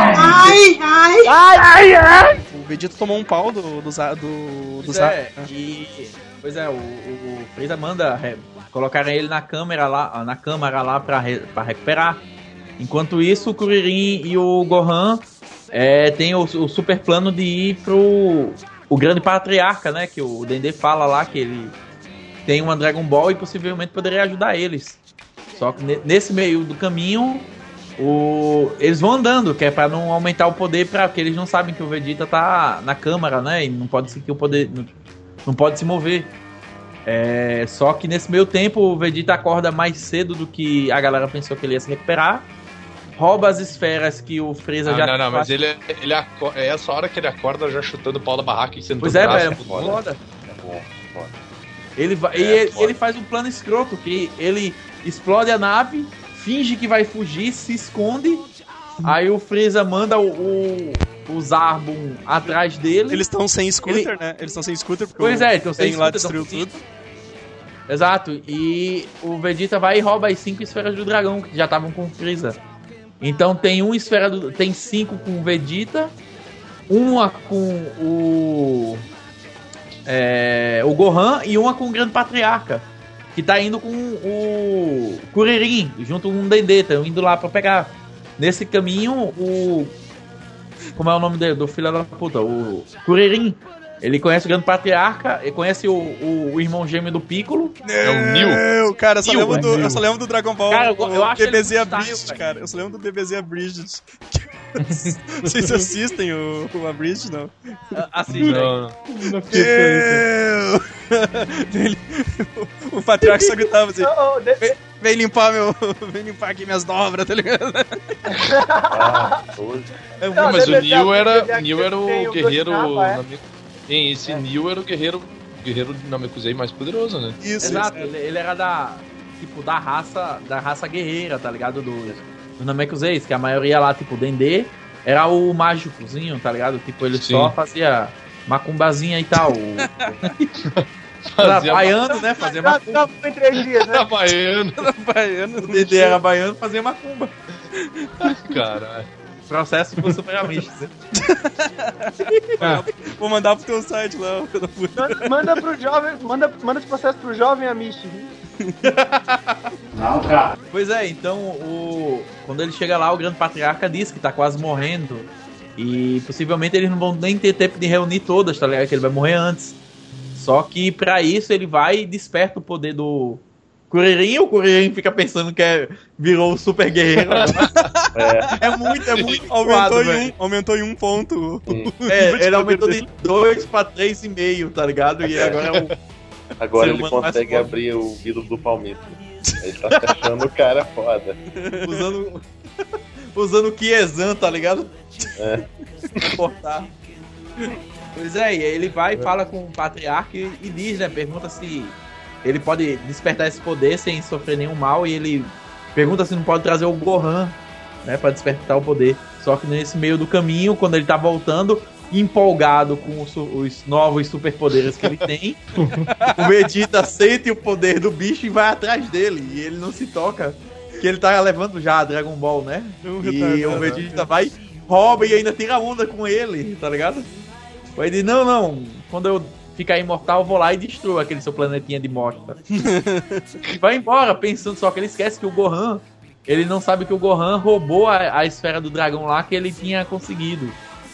ai. Ai, ai! O Vegeta tomou um pau do, do, Za- do, do Pois Za- é, e, pois é, o, o, o Freeza manda é, colocar ele na câmera lá, na câmara lá pra, re, pra recuperar. Enquanto isso, o Kuririn e o Gohan é, tem o, o super plano de ir pro o grande patriarca, né? Que o Dendê fala lá que ele tem uma Dragon Ball e possivelmente poderia ajudar eles. Só que ne- nesse meio do caminho, o, eles vão andando, que é pra não aumentar o poder, pra, porque eles não sabem que o Vegeta tá na câmara, né? E não pode sentir o poder, não, não pode se mover. É, só que nesse meio tempo o Vegeta acorda mais cedo do que a galera pensou que ele ia se recuperar. Rouba as esferas que o Freeza Ah, já não, não, mas tinha. ele, ele aco- é essa hora que ele acorda já chutando o pau da barraca e sentando Pois o é, braço velho, é pro muito mundo. foda. É bom, bom. Ele, vai, e É, ele, foda. ele faz um plano escroto, que ele explode a nave, finge que vai fugir, se esconde. Aí o Freeza manda o, o, o Zarbon atrás dele. Eles estão sem scooter, né? Eles estão sem scooter porque Pois o é, então Pain sem lá scooter, destruiu tão tudo. Exato, e o Vegeta vai e rouba as cinco esferas do dragão que já estavam com o Freeza. Então tem uma esfera do, tem cinco com o Vegeta, uma com o é, o Gohan e uma com o Grande Patriarca, que tá indo com o Kuririn junto com o Dendê, tá indo lá pra pegar. Nesse caminho, o como é o nome dele, do filho da puta, o Kuririn. Ele conhece o Grande Patriarca, ele conhece o, o, o irmão gêmeo do Piccolo. É o Nil. Meu, cara, eu só, Nil, lembro é do, Nil. eu só lembro do Dragon Ball. Cara, eu- eu o acho ele D B Z muito style, Abridged, velho. cara. Eu só lembro do D B Z Abridged. Vocês assistem o, o Abridged, não? Assiste aí. Não, Não fiquei feliz. Meu! Ele- o, o patriarca só gritava assim: Oh, oh, de- vem limpar meu. Vem limpar aqui minhas dobras, tá ligado? Ah, hoje. É Não, mas o D B Z Nil era, tem o Nil era tem o o guerreiro. Goshinapa, é? Name- Tem, esse Nil era o guerreiro. O guerreiro Namekusei mais poderoso, né? Isso, Exato, isso. ele, ele era da tipo da raça da raça guerreira, tá ligado? Do do Namekuseis, que a maioria lá, tipo, o Dendê era o mágicozinho, tá ligado? Tipo, ele Sim. só fazia macumbazinha e tal. O- Era Fazia baiano, né? Fazia Já macumba. tava em três dias, né? baiano, Baiano, O Dendê era baiano, fazia macumba. caralho. Processo por superamistas. né? Ah, Vou mandar pro teu site lá, filho da puta. Manda, manda pro jovem, manda, manda esse processo pro jovem Amish. Não, cara. Pois é, então o quando ele chega lá, o Grande Patriarca diz que tá quase morrendo. E possivelmente eles não vão nem ter tempo de reunir todas, tá ligado? Que ele vai morrer antes. Só que pra isso ele vai e desperta o poder do Kuririn. O Kuririn fica pensando que é, virou o super guerreiro. É, É muito, é muito Aumentou, zoado, em velho. um, aumentou em um ponto. sim. É, ele aumentou de dois pra três e meio, tá ligado? E agora é o Agora Ser ele humano mais consegue forte. abrir o vidro do palmito. Ele tá se achando o cara foda. usando usando o Kiezan, tá ligado? É. Pra cortar. Pois é, e aí ele vai e fala com o Patriarca e, e diz, né? Pergunta se ele pode despertar esse poder sem sofrer nenhum mal. E ele pergunta se não pode trazer o Gohan, né? Pra despertar o poder. Só que nesse meio do caminho, quando ele tá voltando, empolgado com os, os novos superpoderes que ele tem, o Vegeta sente o poder do bicho e vai atrás dele. E ele não se toca que ele tá levando já a Dragon Ball, né? Um E retardado. o Vegeta vai, rouba e ainda tira onda com ele, tá ligado? Aí ele diz, não, não, quando eu ficar imortal eu vou lá e destruo aquele seu planetinha de morta. E vai embora, pensando só que ele esquece que o Gohan, ele não sabe que o Gohan roubou a, a esfera do dragão lá que ele tinha conseguido.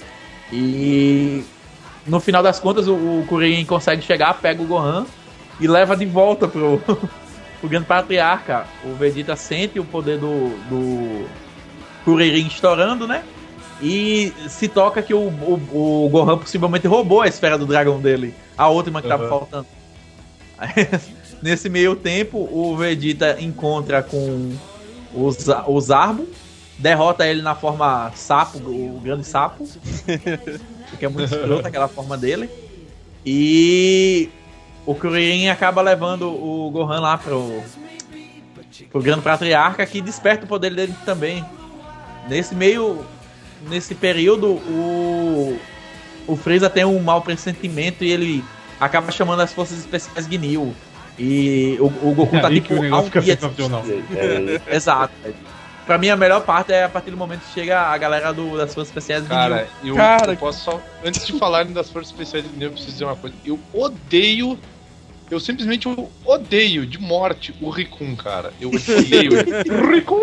E no final das contas o, o Kuririn consegue chegar, pega o Gohan e leva de volta pro, pro Grande Patriarca. O Vegeta sente o poder do, do Kuririn estourando, né? E se toca que o, o, o Gohan possivelmente roubou a esfera do dragão dele, a última que tava uhum. faltando. Aí, nesse meio tempo, o Vegeta encontra com o, o Zarbo, derrota ele na forma sapo, o grande sapo, que é muito escroto aquela forma dele. E o Kuririn acaba levando o Gohan lá pro, pro grande patriarca, que desperta o poder dele também. Nesse meio... Nesse período, o, o Freeza tem um mau pressentimento e ele acaba chamando as forças especiais Ginyu. E o, o Goku tá tipo... Um é, é, exato. Pra mim, a melhor parte é a partir do momento que chega a galera do, das forças especiais Ginyu. Cara, eu, Cara, eu posso só... Antes de falarem das forças especiais Ginyu, eu preciso dizer uma coisa. Eu odeio... Eu simplesmente odeio de morte o Rikun, cara. Eu odeio ele. Rikun!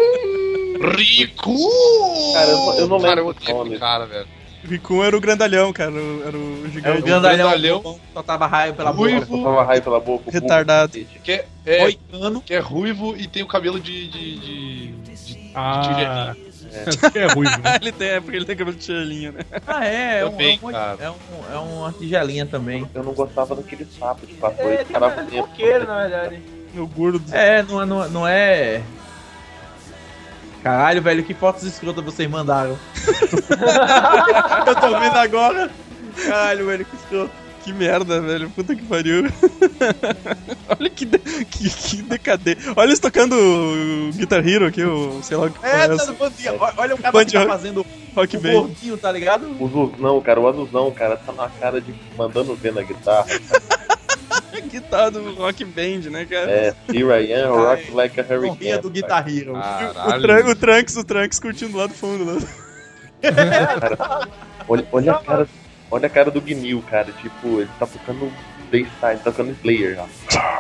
Rikun! Cara, eu, não- eu não Cara, eu lembro o odeio nome. aquele cara, velho. Rikun era o grandalhão, cara. Era o É gigante. o grandalhão, grandalhão. só tava raio pela Ruivo. boca. Tava raio pela boca. o Retardado. burro. Que é, é, Moicano. que é ruivo e tem o cabelo de... de, de, de Ah, é, é ruim, né? ele tem, é porque ele tem cabelo de tigelinha, né? Ah, é, é um, Também, é, um, cara. é, um, é uma tigelinha também. Eu não gostava daquele sapo de papo. É, Ele tem parava cara o de tempo. coqueiro, na verdade. Meu gordo. É, não, é- não, é- não é. Caralho, velho, que fotos escrotas vocês mandaram. Eu tô vendo agora. Caralho, velho, que escroto. Que merda, velho. Puta que pariu. Olha que, de, que, que decadente. Olha eles tocando o Guitar Hero aqui, o sei lá o que É, foi tá essa. no bandinho. Olha- Olha o cara Band que tá rock- fazendo Rock o Band. gordinho, tá ligado? O Zuzão, cara, o Azuzão, cara, tá na cara de mandando ver na guitarra. Guitarra do Rock Band, né, cara? É, Here I am, rock like a Corria hurricane. do Guitar Hero. O, Caralho. tran o Trunks, o Trunks curtindo lá do fundo, né? Olha, olha a cara, olha a cara do Gnil, cara. Tipo, ele tá tocando Dayside, tá tocando Slayer já.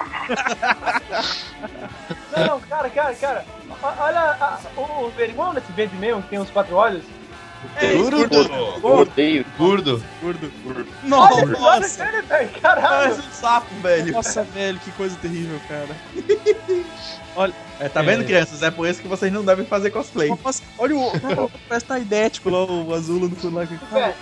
Não, não, cara, cara, cara. O- Olha a, o verigão nesse verde mesmo, que tem os quatro olhos. Curdo! Eu odeio. Curdo! Gordo. Olha, olha Nossa! ele, velho, caralho. Parece um sapo, velho. Nossa, velho, que coisa terrível, cara. É, tá vendo, crianças? É por isso que vocês não devem fazer cosplay. Nossa, olha o. Parece que tá idético lá, o azul lá no fundo lá. Velho,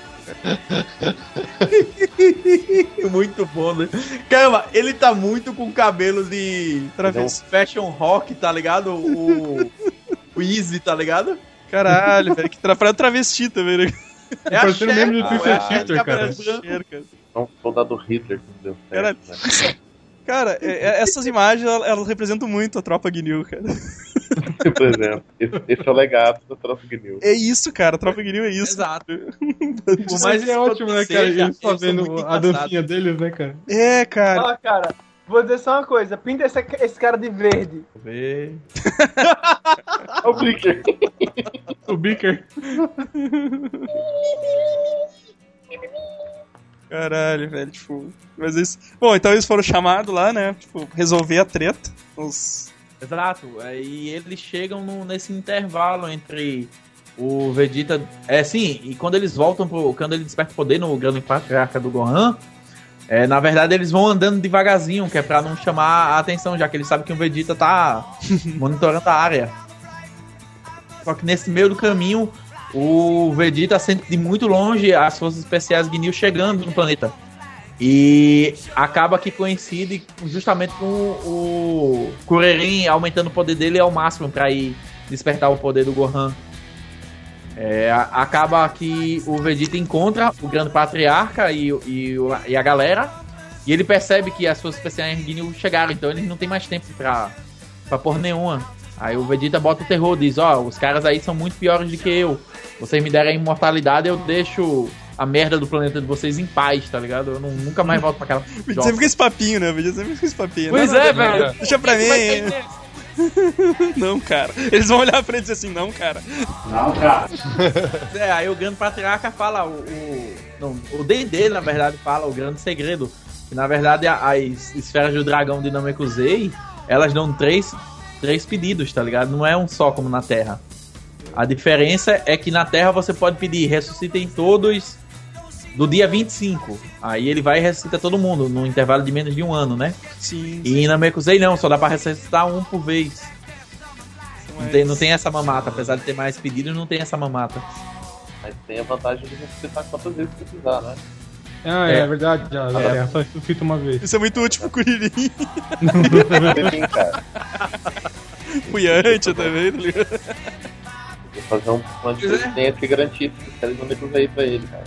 Muito bom, né? Caramba, ele tá muito com cabelo de Travesti. fashion rock, tá ligado? O, o Easy, tá ligado? Caralho, velho, que tra... pra travesti também, né? É parecendo Cher, mesmo de pô, Twisted é a Cher, Sister, cabelo cara. branco. Cheiro, cara. É um soldado Hitler que não deu Caralho. certo. Né? Cara, é- é- essas imagens, elas elas representam muito a tropa Gnil, cara. Por exemplo, esse, esse é o legado do troço Gnil. É isso, cara, a tropa Gnil é isso. Exato. Por mais mais é ótimo, né, cara? seja, Eles eu sou fazendo muito a engraçado. dancinha deles, né, cara? É, cara. ó, cara, vou dizer só uma coisa. Pinta esse, esse cara de verde. Vê. É o Blicker. O Beaker. Caralho, velho, tipo. Mas isso. Bom, então eles foram chamados lá, né? Tipo, resolver a treta. Os. Exato. E eles chegam no- nesse intervalo entre o Vegeta. É sim, e quando eles voltam pro. Quando ele desperta o poder no grande patriarca do Gohan. É, na verdade, eles vão andando devagarzinho, que é pra não chamar a atenção, já que eles sabem que o Vegeta tá monitorando a área. Só que nesse meio do caminho, o Vegeta sente de muito longe as forças especiais Gnil chegando no planeta. E acaba que coincide justamente com o Kuririn aumentando o poder dele ao máximo pra ir despertar o poder do Gohan. É, a- acaba que o Vegeta encontra o grande patriarca e, o- e, o- e a galera, e ele percebe que as forças especiais Gnil chegaram, então ele não tem mais tempo pra, pra porra nenhuma. Aí o Vegeta bota o terror, diz: ó, os caras aí são muito piores do que eu. Vocês me derem a imortalidade, eu deixo a merda do planeta de vocês em paz, tá ligado? Eu não- nunca mais volto pra aquela. O Vegeta sempre com esse papinho, né? O Vegeta sempre com esse papinho. Pois Não, é, não, não, velho. Deixa pra mim. Vai ter- Não, cara. Eles vão olhar pra ele e dizer assim, não, cara. É, aí o grande patriarca fala o. o não, o Dendê, na verdade, fala o grande segredo. Que na verdade a- as esferas do dragão de Namekusei, elas dão três, três pedidos, tá ligado? Não é um só como na Terra. A diferença é que na Terra você pode pedir ressuscitem todos do dia vinte e cinco. Aí ele vai e ressuscita todo mundo, no intervalo de menos de um ano, né? Sim. E na Namekusei não, só dá pra ressuscitar um por vez. Não tem, não tem essa mamata, apesar de ter mais pedidos, não tem essa mamata. Mas tem a vantagem de ressuscitar quantas vezes precisar, né? Ah, é, É. é verdade, já, já é. Só ressuscita uma vez. Isso é muito útil pro Kuririn. Enfim, cara, Pro Yantia também, tá ligado? vou fazer um plano de presidência que garantisse que os caras não me cruzei pra ele, cara.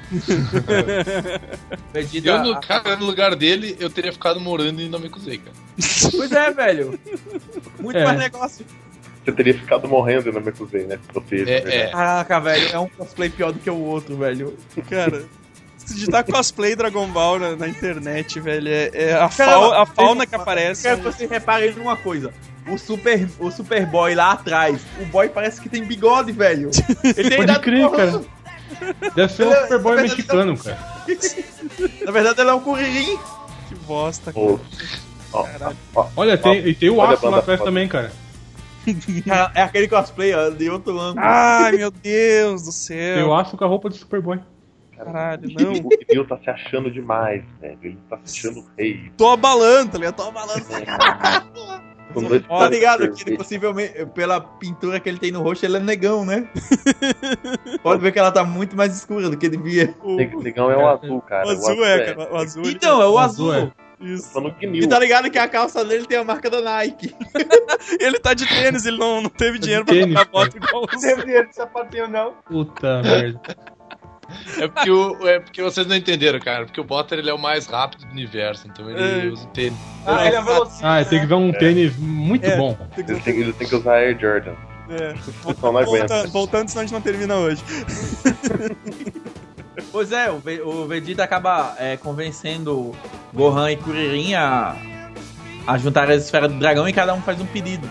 Vegeta, Eu, no, cara, no lugar dele, eu teria ficado morando e não me acusei, cara. Pois é, velho. Muito É. mais negócio. Você teria ficado morrendo e não me cruzei, né? Se fosse isso, É, né? é. Caraca, velho, é um cosplay pior do que o outro, velho. Cara, se digitar cosplay Dragon Ball na, na internet, velho, é, é a, Cara, fau- a fauna eu que aparece. quero que vocês reparem numa coisa. O Super, o Superboy lá atrás, o boy parece que tem bigode, velho. Ele tem Pode idade crer, do cara. Deve ser um Ele- Superboy ele- mexicano, cara. Na verdade, ele é um Kuririn. Que bosta, cara. Pô, ó, Caralho. ó, Olha, tem, e tem o Olha a aço lá banda atrás foda. também, cara. Cara, é aquele cosplay, ó, de outro ângulo. Ai, meu Deus do Tem o céu. aço com a roupa de Superboy. Caralho, o não. Kiryu tá se achando demais, velho. Ele tá se achando rei. Tô abalando, tá ligado? Tô abalando. Com dois Tá ligado? pratos Que de ele, possivelmente, pela pintura que ele tem no rosto, ele é negão, né? Pode ver que ela tá muito mais escura do que devia. O, sorvete. Negão é o azul, cara. o azul é, cara. O azul. ele- Então, é o O azul. azul Isso. Falando que E Nil. tá ligado que a calça dele tem a marca da Nike. Ele tá de tênis, ele não, não teve dinheiro pra tênis, comprar bota igual Não os. teve dinheiro de sapatinho, não. Puta merda. É porque, o, é porque vocês não entenderam, cara. Porque o Butter ele é o mais rápido do universo, então ele É. usa o tênis. Ah, ele é velocista. Ah, tem que ver um tênis muito É. bom. Ele tem, ele tem que usar Air Jordan. É. Só não aguenta. Volta, voltando, senão a gente não termina hoje. Pois é, o, Ve- o Vegeta acaba é, convencendo Gohan e Kuririn a, a juntar as esferas do dragão e cada um faz um pedido.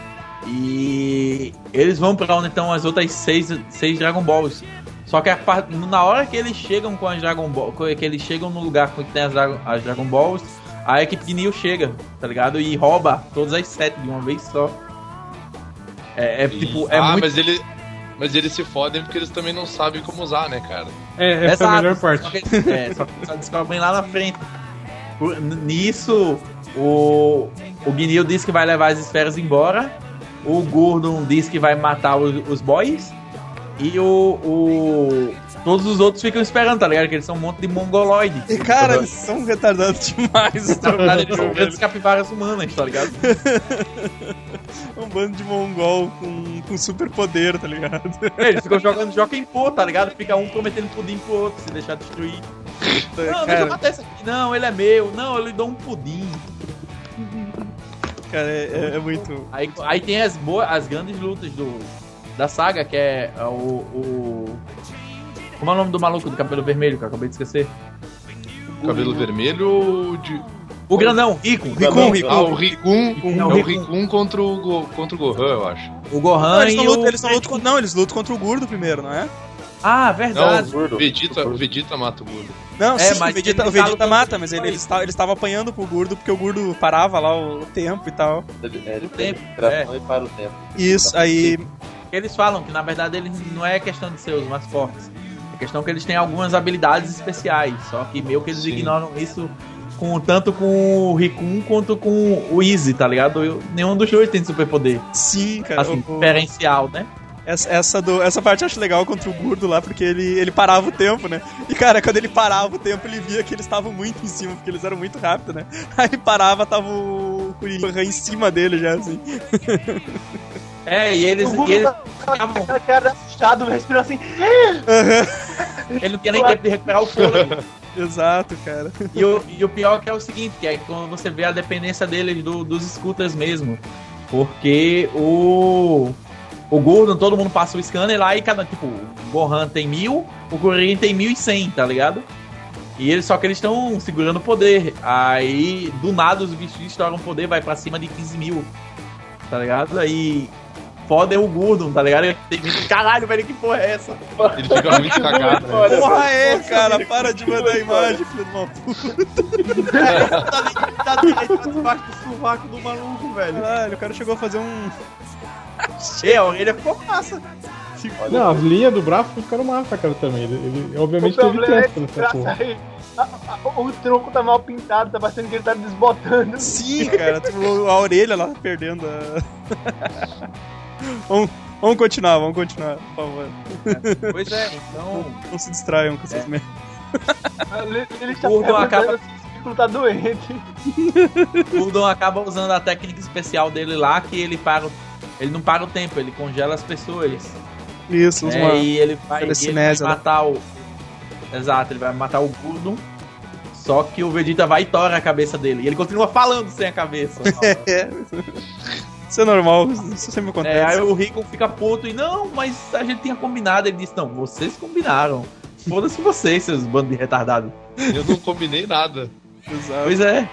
E eles vão pra onde estão as outras seis, seis Dragon Balls. Só que a par- na hora que eles chegam com as Dragon Balls, que eles chegam no lugar que tem as, Dragon- as Dragon Balls, a equipe de Neo chega, tá ligado? E rouba todas as sete de uma vez só. É, é tipo, é ah, muito... mas ele. Mas eles se fodem porque eles também não sabem como usar, né, cara? É, essa é a melhor parte. Só que, é, só que só descobrem lá na frente. Por- nisso, o, o Guinil diz que vai levar as esferas embora. O Gordon diz que vai matar os, os boys. E o, o. Todos os outros ficam esperando, tá ligado? Que eles são um monte de mongoloide. E, cara, eles são retardados demais. Na verdade, eles são grandes capivaras humanas, tá ligado? Um bando de mongol com, com super poder, tá ligado? É, eles ficam jogando Joken Pô, tá ligado? Fica um prometendo pudim pro outro, se deixar destruir. Não, deixa eu cara, matar esse aqui. Não, ele é meu. Não, eu lhe dou um pudim. cara é, é- é muito. Aí, aí tem as, boas, as grandes lutas do, da saga, que é o, o. Como é o nome do maluco do cabelo vermelho que eu acabei de esquecer? Cabelo vermelho ou de. O grandão, Rico. Rikun, Rikun. Ah, o Rikun. Não, É o Rikun. Rikun contra o, Go- contra o Gohan, eu acho. O Gohan Não, eles e não o... lutam, eles não lutam contra, não, eles lutam contra o Gurdo primeiro, não é? Ah, Não, verdade. Gordo. o Vegeta, o Vegeta mata o Gordo. Não, É, sim, mas o Vegeta, ele o Vegeta tá mata, lutando mas com ele, ele. ele, estava, ele estava apanhando pro Gurdo porque o Gurdo parava lá o tempo e tal. Ele, é, ele O tem tempo, interação e para o tempo. Isso, aí. Eles falam que na verdade eles não é questão de ser os mais fortes. É questão que eles têm algumas habilidades especiais. Só que meio que eles Sim. ignoram isso com, tanto com o Rikun quanto com o Easy, tá ligado? Eu- nenhum dos dois tem superpoder. Sim, cara. Assim, o- o- diferencial, né? essa, essa, do, essa parte eu acho legal contra o Gurdo lá, porque ele, ele parava o tempo, né? E, cara, quando ele parava o tempo, ele via que eles estavam muito em cima, porque eles eram muito rápidos, né? Aí ele parava, tava o Kuririn em cima dele já, assim. É, e eles. O E Gugu eles tá aquela cara assustado, respirando assim. ele não tinha nem tempo de recuperar o fôlego. Exato, cara. E o, e o pior que é o seguinte, que é quando você vê a dependência deles do, dos scooters mesmo. Porque o. O Gordon, todo mundo passa o scanner lá e cada, tipo, o Gohan tem mil, o Kuririn tem mil e cem, tá ligado? E eles, só que eles estão segurando o poder. Aí, do nada, os bichos estouram o poder, vai pra cima de quinze mil, tá ligado? Aí, foda é o Gordon, tá ligado? Ele tem medo, caralho, velho, que porra é essa? Ele fica muito cagado, né? Porra é, cara, para de mandar imagem, filho de uma puta. É, tá ligado? Tá direito debaixo do sovaco do maluco, velho. Caralho, o cara chegou a fazer um... E a orelha ficou massa. Não, as linhas do braço ficaram massa, cara, também. Ele, ele obviamente O teve problema é tempo que nessa graça porra. aí, a- a- o tronco tá mal pintado, tá parecendo que ele tá desbotando. Sim, cara, tu- a orelha lá perdendo a... Bom, Vamos continuar, vamos continuar, por favor. É, pois é, então... Não se distraiam com essas É. merdas. Ele, ele está Gordon acaba- se o ciclo tá doente. O Gordon acaba usando a técnica especial dele lá, que ele para o... ele não para o tempo, ele congela as pessoas. Isso, usa É, uma... e ele vai, e ele vai telecinésia, né? matar o... Exato, ele vai matar o Gordon. Só que o Vegeta vai e tora a cabeça dele. E ele continua falando sem a cabeça. É. Isso é normal, isso sempre acontece. É, aí o Rico fica puto e não, mas a gente tinha combinado. Ele disse, não, vocês combinaram. Foda-se vocês, seus bandos de retardados. Eu não combinei nada. Exato. Pois é.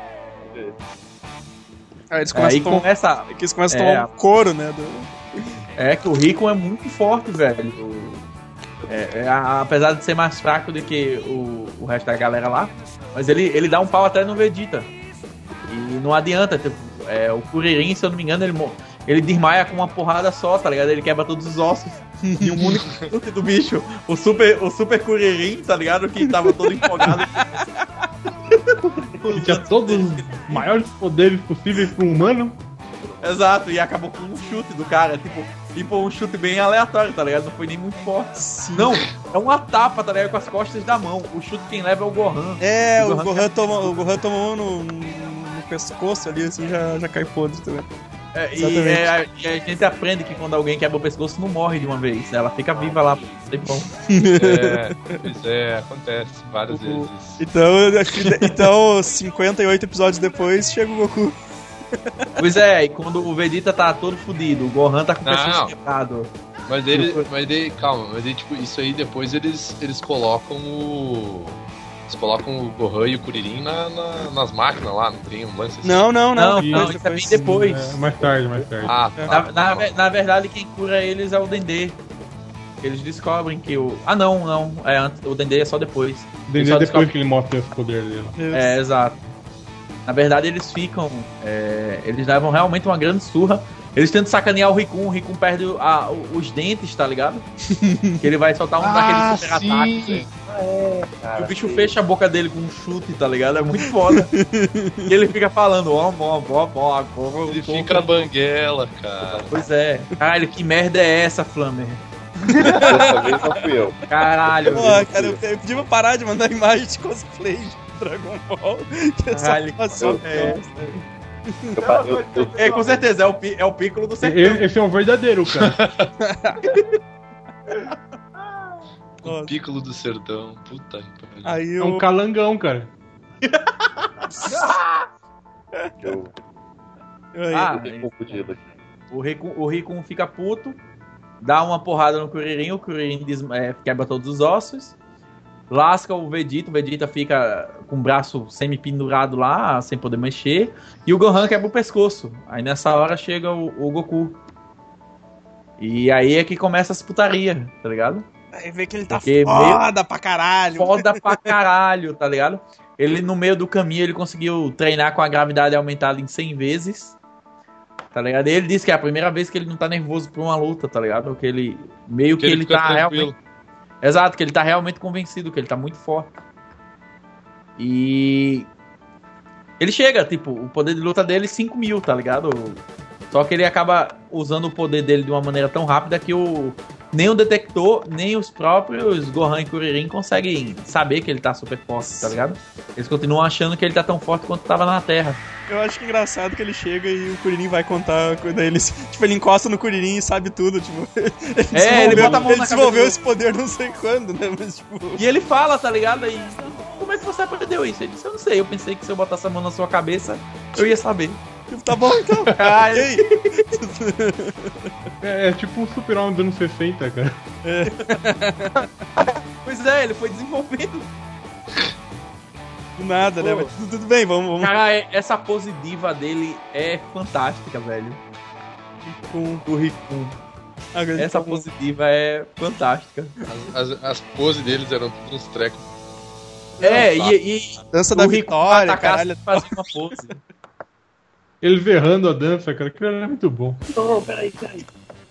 Aí eles É, começam, aí a, tomar, começa. que eles começam a É. tomar um couro, né? Do... É que o Rico é muito forte, velho. É, é, a- apesar de ser mais fraco do que o, o resto da galera lá. Mas ele, ele dá um pau até no Vegeta. E não adianta, tipo, é, o Kuririn, se eu não me engano, ele, mo- ele desmaia com uma porrada só, tá ligado? Ele quebra todos os ossos. E um único chute do bicho, o Super, o super Kuririn, tá ligado? Que tava todo empolgado. Que tinha todos os maiores poderes possíveis para um humano. Exato, e acabou com um chute do cara, tipo, tipo um chute bem aleatório, tá ligado? Não foi nem muito forte. Não, é uma tapa, tá ligado? Com as costas da mão. O chute quem leva é o Gohan. É, O o Gohan Gohan toma, o Gohan toma um no, no pescoço ali, assim, já, já cai podre também. É, e, Exatamente. é, a, e a gente aprende que quando alguém quebra o pescoço, não morre de uma vez. Ela fica viva lá por um tempão. É, pois é, acontece várias vezes. Então, então, cinquenta e oito episódios depois, chega o Goku. Pois é, e quando o Vegeta tá todo fudido, o Gohan tá com o Não. pescoço quebrado. Mas ele, mas ele, calma, mas ele, tipo, isso aí depois eles, eles colocam o. Eles colocam o Gohan e o Kuririn na, na- nas máquinas lá, não tem um lance assim. Não, não, não. Não, Isso, não, isso é bem depois. É, mais tarde, mais tarde. Ah, Na, tá. na, ve- na verdade, quem cura eles é o Dendê. Eles descobrem que o. Ah, não, não. É, antes- o Dendê é só depois. Desde Eles só depois descobrem- que ele mostra esse poder dele. É, exato. Na verdade, eles ficam. é, eles levam realmente uma grande surra. Eles tentam sacanear o Rikun. O Rikun perde a- os dentes, tá ligado? Que ele vai soltar um daqueles super ataques. E o bicho fecha a boca dele com um chute, tá ligado? É muito foda. E ele fica falando, ó, ó, ó, ó, ó. Ele fica na banguela, cara. Pois é. Caralho, que merda é essa, Flammer? Dessa vez não fui eu. Caralho. Pô, velho. cara, eu, eu podia parar de mandar imagem de cosplay de Dragon Ball. Que é só Caralho, uma só eu- é. Eu, pa- eu, eu, É, com certeza, é o, pi- é o Piccolo do sertão. Ele- Esse é um verdadeiro, cara. O Piccolo do Sertão. Puta que pariu. Aí É eu... um calangão, cara. eu, aí- Ah, eu fiquei confundido aqui. O Rikun, o Rikun fica puto, dá uma porrada no Kuririn, o Kuririn des- é, quebra todos os ossos, lasca o Vegeta, o Vegeta fica com o braço semi-pendurado lá, sem poder mexer, e o Gohan quebra o pescoço. Aí nessa hora chega o, o Goku. E aí é que começa as putaria, tá ligado? Aí vê que ele tá Porque foda pra caralho. Foda pra caralho, tá ligado? Ele no meio do caminho ele conseguiu treinar com a gravidade aumentada em cem vezes. Tá ligado? E ele disse que é a primeira vez que ele não tá nervoso por uma luta, tá ligado? Porque ele meio que, Que ele ele, fica tá tranquilo. realmente. Exato, que ele tá realmente convencido, que ele tá muito forte. E ele chega, tipo, o poder de luta dele é cinco mil, tá ligado? Só que ele acaba usando o poder dele de uma maneira tão rápida que o nem o detector, nem os próprios Gohan e Kuririn conseguem saber que ele tá super forte, tá ligado? Eles continuam achando que ele tá tão forte quanto tava na Terra. Eu acho que é engraçado que ele chega e o Kuririn vai contar. Daí ele, tipo, ele encosta no Kuririn e sabe tudo, tipo. Ele É, ele bota a mão ele na desenvolveu cabeça esse poder não sei quando, né? Mas, tipo. E ele fala, tá ligado? Aí, como é que você aprendeu isso? Ele disse, eu não sei, eu pensei que se eu botasse a mão na sua cabeça, eu ia saber. Tipo, tá bom então. Ah, E aí? É, é tipo um super-homem dos anos sessenta, cara. Pois é, ele foi desenvolvendo. Do nada, né? Pô. Mas tudo, tudo bem, vamos, vamos Cara, é- essa pose diva dele é fantástica, velho. com Do Rikun. a grande Essa fórmula. pose diva é fantástica. As, as, as poses deles eram tudo uns trecos. É, e, e Dança o da Rikun vitória, atacasse caralho. e fazia uma pose. Eles errando a dança, cara, que era muito bom. Não, peraí, peraí.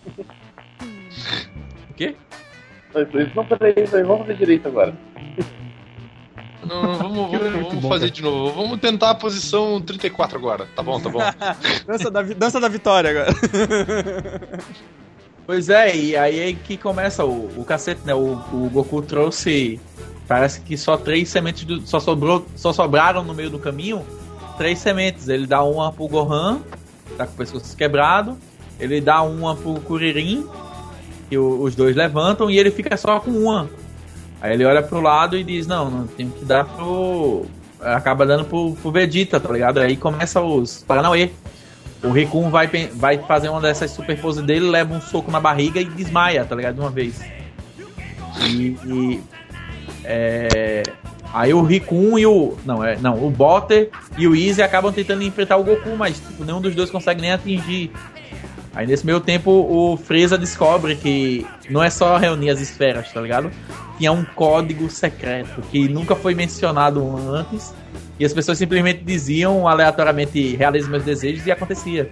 O quê? Não, peraí, peraí, vamos fazer direito agora. Não, não, vamos, Aquilo é vamos, muito vamos bom, fazer cara. de novo. Vamos tentar a posição trinta e quatro agora. Tá bom, tá bom. Dança da, vi- dança da vitória agora. Pois é, e aí é que começa o, o cacete, né? O, o Goku trouxe. Parece que só três sementes do, só, sobrou, só sobraram no meio do caminho. Três sementes. Ele dá uma pro Gohan, tá com o pescoço quebrado. Ele dá uma pro Kuririn, que o, os dois levantam, e ele fica só com uma. Aí ele olha pro lado e diz: Não, não tenho que dar pro. Acaba dando pro, pro Vegeta, tá ligado? Aí começa os Paranauê. O Rikun vai, vai fazer uma dessas super poses dele, leva um soco na barriga e desmaia, tá ligado? De uma vez. E. e é, aí o Rikun e o. Não, é, não, o Botter e o Easy acabam tentando enfrentar o Goku, mas tipo, nenhum dos dois consegue nem atingir. Aí nesse meio tempo o Freeza descobre que não é só reunir as esferas, tá ligado? Tinha um código secreto que nunca foi mencionado antes. E as pessoas simplesmente diziam aleatoriamente realize meus desejos e acontecia.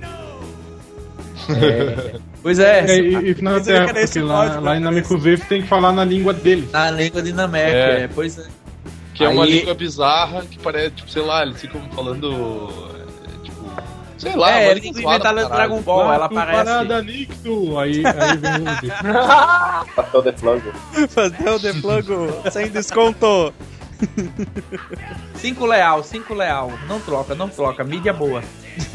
É, pois é. é e, e na Terra, porque lá, lá em Namekusei você tem que falar na língua deles. Na língua de Namek, é. é, pois é. Que é Aí... uma língua bizarra que parece, tipo, sei lá, eles ficam falando. Tipo, sei lá, é, eles inventaram do Dragon Ball, ah, ela aparece. Parada Nicto! Aí, aí vem o. Pastel de flango. Pastel de flango, sem desconto. Cinco leal, cinco leal. Não troca, não troca. Mídia boa.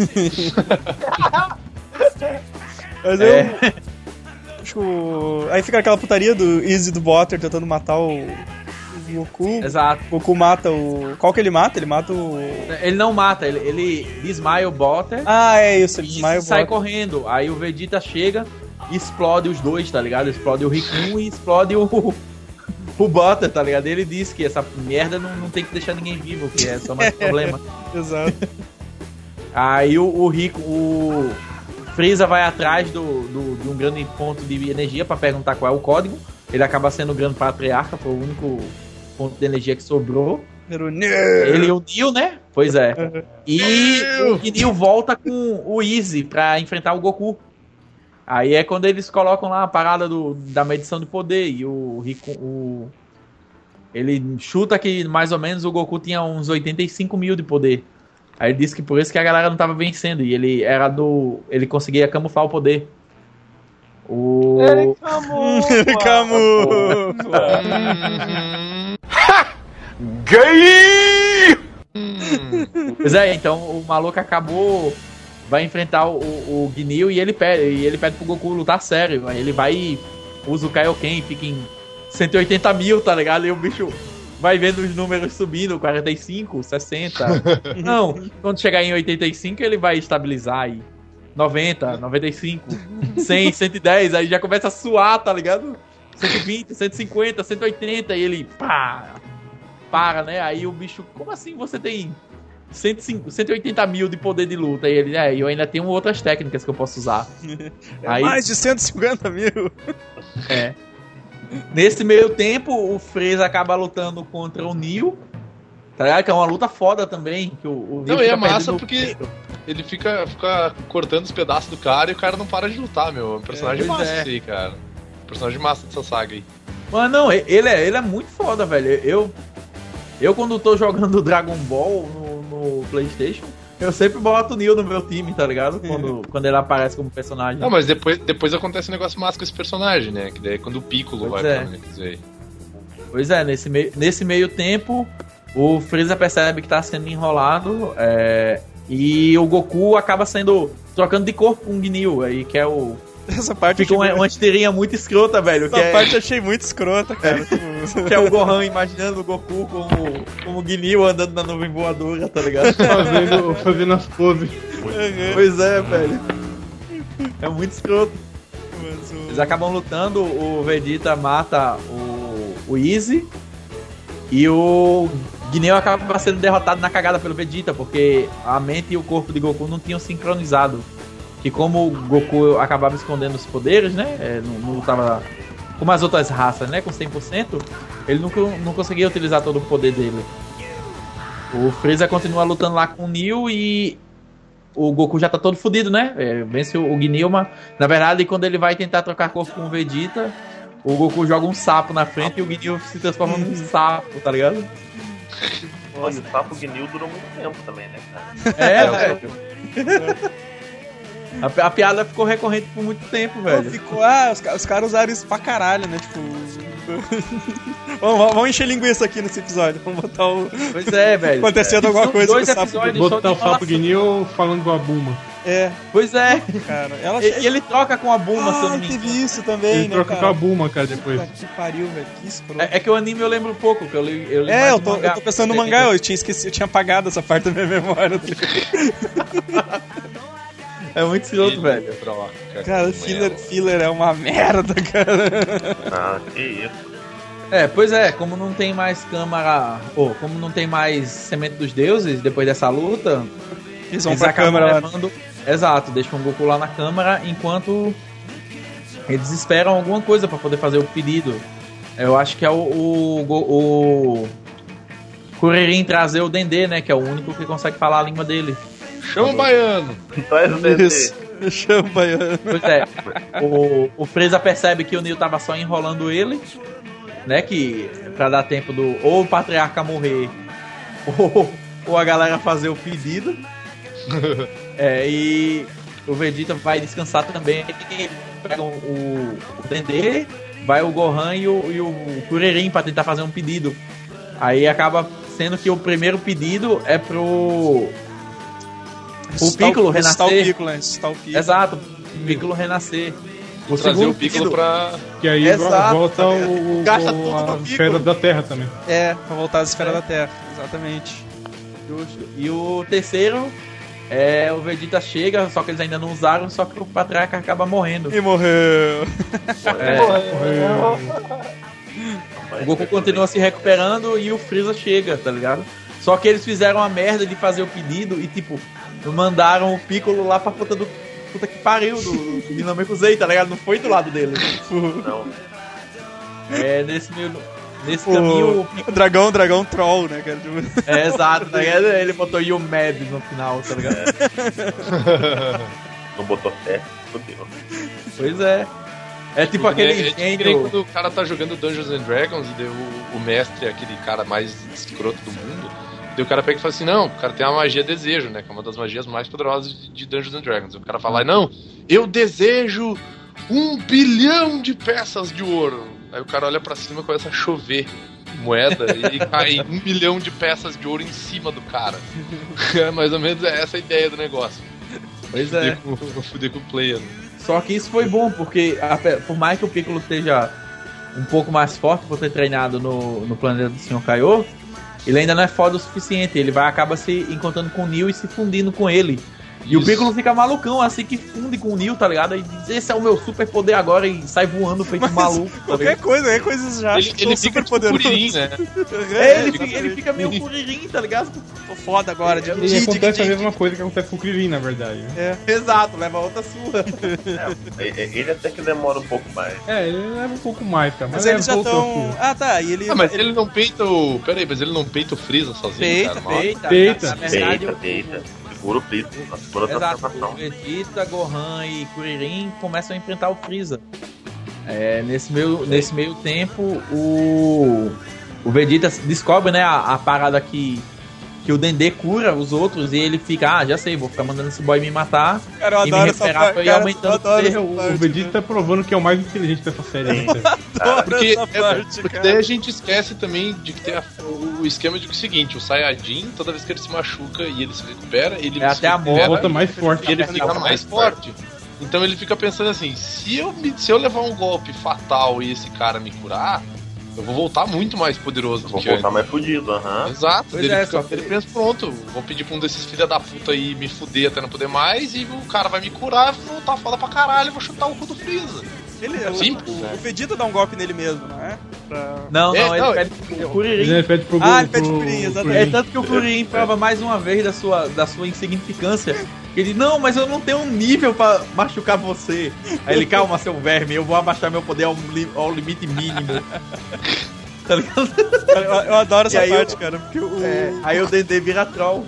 Mas eu... É. Acho... Aí fica aquela putaria do Easy do Botter tentando matar o... o Goku. Exato. O Goku mata o... Qual que ele mata? Ele mata o... Ele não mata, ele, ele desmaia o Botter. Ah, é isso, ele desmaia o Botter. Sai Botter. correndo. Aí o Vegeta chega e explode os dois, tá ligado? Explode o Rikun e explode o... O Botter, tá ligado? Ele disse que essa merda não, não tem que deixar ninguém vivo, que é só mais problema. Exato. Aí o, o Rico, o Freeza vai atrás do, do, de um grande ponto de energia pra perguntar qual é o código. Ele acaba sendo o grande patriarca, foi o único ponto de energia que sobrou. Ele e o Neo, né? Pois é. E o Neo volta com o Easy pra enfrentar o Goku. Aí é quando eles colocam lá a parada do, da medição de poder. E o Rico. O, ele chuta que mais ou menos o Goku tinha uns oitenta e cinco mil de poder. Aí ele disse que por isso que a galera não tava vencendo. E ele era do. Ele conseguia camuflar o poder. O. Ele camufla! Ele camufla! Gay! Pois é, então o maluco acabou. Vai enfrentar o, o, o Ginyu e ele pede, e ele pede pro Goku lutar sério. Aí ele vai e usa o Kaioken, fica em cento e oitenta mil, tá ligado? E o bicho vai vendo os números subindo, quarenta e cinco, sessenta. Não, quando chegar em oitenta e cinco ele vai estabilizar aí. noventa, noventa e cinco, cem, cento e dez, aí já começa a suar, tá ligado? cento e vinte, cento e cinquenta, cento e oitenta, e ele pá, para, né? Aí o bicho, como assim você tem cento e cinco, cento e oitenta mil de poder de luta? E ele, é, eu ainda tenho outras técnicas que eu posso usar. É aí, mais de cento e cinquenta mil. É. Nesse meio tempo, o Freeza acaba lutando contra o Neo, tá ligado? Que é uma luta foda também. Que o, o não, e é massa porque ele fica, fica cortando os pedaços do cara e o cara não para de lutar, meu. É um personagem é, massa é. esse aí, cara. Personagem massa dessa saga aí. Mas não, ele é, ele é muito foda, velho. Eu, eu quando tô jogando Dragon Ball no, no PlayStation, eu sempre boto o Neo no meu time, tá ligado? Quando, quando ele aparece como personagem. Não, mas depois, depois acontece um negócio massa com esse personagem, né? Que daí é quando o Piccolo pois vai é. pra Namekusei. Pois é, nesse meio, nesse meio tempo, o Freeza percebe que tá sendo enrolado, é, e o Goku acaba sendo trocando de corpo com o Ginyu, aí que é o... Essa parte Fica uma, uma tirinha muito escrota, velho. Essa que parte é... eu achei muito escrota, cara. Que é o Gohan imaginando o Goku como, como o Ginyu andando na nuvem voadora, tá ligado? Fazendo, fazendo as poses. Pois é, velho. É muito escroto. Eles acabam lutando, o Vegeta mata o, o Easy e o Ginyu acaba sendo derrotado na cagada pelo Vegeta, porque a mente e o corpo de Goku não tinham sincronizado. Que como o Goku acabava escondendo os poderes, né? É, não, não lutava como as outras raças, né? Com cem por cento, ele nunca, não conseguia utilizar todo o poder dele. O Freeza continua lutando lá com o Neo e o Goku já tá todo fodido, né? É, vence o, o Ginyu, mas na verdade, quando ele vai tentar trocar corpo com o Vegeta, o Goku joga um sapo na frente e o Ginyu se transforma num sapo, tá ligado? Olha, o sapo Ginyu durou muito tempo também, né, cara? É, velho. A, a piada ficou recorrente por muito tempo, velho. Ficou, ah, os, os caras usaram isso pra caralho, né? Tipo. vamos, vamos encher linguiça aqui nesse episódio. Vamos botar o. Pois é, velho. Acontecendo é. alguma coisa com o sapo. Botar o sapo Guinil falando com a Buma. É. Pois é. Cara, ela E ele troca com a Buma, ah, se eu não me teve engano. isso também, Ele né, troca cara? com a Buma, cara, depois. Puta que pariu, velho. Que escroto. É, é que o anime eu lembro pouco, que eu li, eu li É, mais eu do tô, mangá. eu tô pensando no mangá, eu tinha esquecido, eu tinha apagado essa parte da minha memória. É muito escroto, velho. Troca, Cara, filler, filler é uma merda, cara. Ah, que isso. É, pois é, como não tem mais câmara, ou como não tem mais semente dos deuses depois dessa luta, Eles vão eles pra acabam câmera lá. levando, exato, deixam o Goku lá na câmara enquanto eles esperam alguma coisa pra poder fazer o pedido. Eu acho que é o o, o, o Kuririn trazer o Dendê, né, que é o único que consegue falar a língua dele. Chama o baiano. Traz o Dendê. Isso. Chama, baiano. Pois é, o, o Freeza percebe que o Neo tava só enrolando ele, né, que pra dar tempo do ou o Patriarca morrer ou, ou a galera fazer o pedido. É, e o Vegeta vai descansar também, pega o, o, o Dendê, vai o Gohan e o, e o Kuririn pra tentar fazer um pedido. Aí acaba sendo que o primeiro pedido é pro o Piccolo Ressuscitar o renascer. Piccolo, né? Ressuscitar o Piccolo. Exato, o Piccolo renascer. O Trazer segundo o Piccolo pedido- pra. Que aí Exato, volta tá o, o, Gasta o, tudo no a Piccolo. esfera da Terra também. É, pra voltar às esferas da Terra. Exatamente. Justo. E o terceiro é o Vegeta chega, só que eles ainda não usaram, só que o Patriarca acaba morrendo. E morreu. É, o Goku continua se recuperando e o Freeza chega, tá ligado? Só que eles fizeram a merda de fazer o pedido e, tipo, mandaram o Piccolo lá pra puta do. Puta que pariu do, do Dinâmico Z, tá ligado? Não foi do lado dele. Não. É, nesse meio. Nesse caminho, o O, Piccolo. o dragão, o dragão troll, né, cara? Tipo, É, exato, tá ligado? Ele botou You Mad no final, tá ligado? Não botou fé. Fudeu. Pois é. É tipo aquele É, é tipo que nem gênio. quando o cara tá jogando Dungeons and Dragons e daí o, o mestre é aquele cara mais escroto do mundo. Daí o cara pega e fala assim: não, o cara tem a magia desejo, né? Que é uma das magias mais poderosas de, de Dungeons and Dragons. O cara fala: não, eu desejo um bilhão de peças de ouro. Aí o cara olha pra cima e começa a chover moeda e cai um milhão de peças de ouro em cima do cara. É mais ou menos essa a ideia do negócio. Pois é. Fuder com, fuder com o player. Só que isso foi bom, porque a- por mais que o Piccolo esteja um pouco mais forte por ter treinado no, no planeta do senhor Kaiô, ele ainda não é foda o suficiente. Ele vai acaba se encontrando com o Neo e se fundindo com ele. E o Isso. Piccolo fica malucão, assim que funde com o Neo, tá ligado? E diz, esse é o meu super poder agora, e sai voando feito um maluco, tá qualquer ligado? coisa, qualquer coisa já Ele, acho que ele sou fica super tipo poderoso. Kuririn, né? É, ele, fica, ele fica meio Kuririn, tá ligado? Tô foda agora, de E acontece a mesma coisa que acontece com o Krillin, na verdade. né? Exato, leva outra surra. É, é, ele até que demora um pouco mais. É, ele leva um pouco mais, cara. Mas Mas, eles já voltou estão. aqui. Ah, tá. E ele. Ah, mas ele não peita o. Pera aí, mas ele não peita o Freeza sozinho, Peita, cara. Mal- Eita, Eita. na verdade, Deita, o- deita. Segura o Freeza. Segura a Exato, transformação. o Vegeta, Gohan e Kuririn começam a enfrentar o Freeza. É, nesse, meio, nesse meio tempo, o, o Vegeta descobre, né, a, a parada que, que o Dendê cura os outros e ele fica, ah, já sei, vou ficar mandando esse boy me matar Cara, eu e me adoro essa recuperar parte. pra ir Cara, aumentando eu adoro o essa poder. parte. O Vegeta tá provando que é o mais inteligente dessa série. né, cara? Adoro Porque, essa é, parte, porque cara. daí a gente esquece também de que tem a- o esquema de que é o seguinte: o Saiyajin, toda vez que ele se machuca e ele se recupera, ele É se até a recupera Volta mais forte. e ele Fica fica mais mais forte. Então ele fica pensando assim: se eu, me- se eu levar um golpe fatal e esse cara me curar, eu vou voltar muito mais poderoso do Vou que voltar antes. mais fudido, aham. Exato, Pois ele, é, fica, só que ele ele- pensa, pronto, vou pedir pra um desses filha da puta aí me fuder até não poder mais, e o cara vai me curar, vou voltar foda pra caralho e vou chutar o cu do Freeza. Ele, Simples, o, né? o Vegeta dá um golpe nele mesmo, não é? Pra... Não, É, não, ele não, pede pro Kuririn. Ele pede pro Ah, ele pede pro- pro Kuririn, exatamente. É tanto que o Kuririn prova mais uma vez da sua, da sua insignificância. Ele, não, mas eu não tenho um nível pra machucar você. Aí ele, calma, seu verme, eu vou abaixar meu poder ao, li- ao limite mínimo. Tá ligado? Cara, eu, eu adoro essa E aí parte, eu- cara, porque o... É, aí o Dendê vira troll.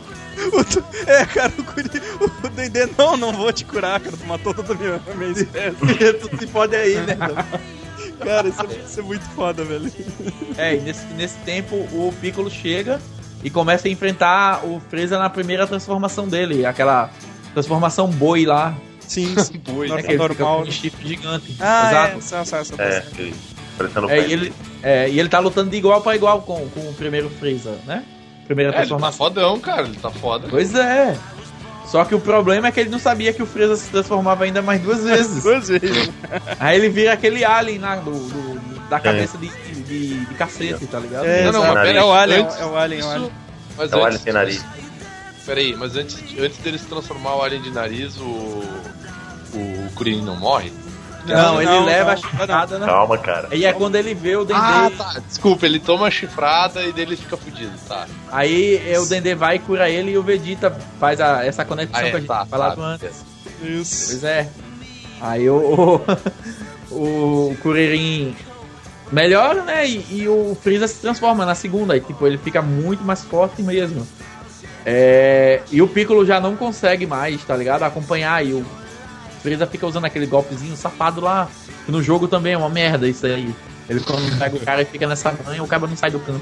o- É, cara, o, Kuri, o Dendê, não, não vou te curar, cara, tu matou toda a minha, a minha espécie. Tu se pode aí, né? Cara, isso é, isso é muito foda, velho. É, e nesse, nesse tempo o Piccolo chega e começa a enfrentar o Freeza na primeira transformação dele, aquela transformação boi lá. Sim, sim. Boi, É Nor- que ele normal. fica com um chifre gigante. Ah, Exato. é, essa, essa, essa, É, essa. ele- parecendo um É, pé. e ele, é, e ele tá lutando de igual pra igual com, com o primeiro Freeza, né? Primeira É, ele tá transformação. fodão, cara. Ele tá foda. Pois é. Só que o problema é que ele não sabia que o Freeza se transformava ainda mais duas vezes. Duas vezes. Aí ele vira aquele alien lá do, do- da cabeça de, de, de cacete, tá ligado? É, Não, não, exato. mas pera é o aí, Alien, antes é o Alien, é o Isso, Alien. mas É o antes, alien sem nariz. Peraí, mas antes, antes dele se transformar o alien de nariz, o. O Kuririn não morre? Não, ele não, leva não, a chifrada, né? Calma, cara. E é quando ele vê o Dendê. Ah, tá. Desculpa, ele toma a chifrada e dele fica fudido, tá? Aí é, o Dendê vai e cura ele e o Vegeta faz a, essa conexão Ah, é, que a gente tá, falava tá, antes. Isso. Pois é. Aí o. O, o Kuririn melhora, né? E, e o Freeza se transforma na segunda. E tipo, ele fica muito mais forte mesmo. É, e o Piccolo já não consegue mais, tá ligado? Acompanhar. E o Freeza fica usando aquele golpezinho safado lá. Que no jogo também é uma merda isso aí. Ele quando pega o cara e fica nessa manha, o cara não sai do campo.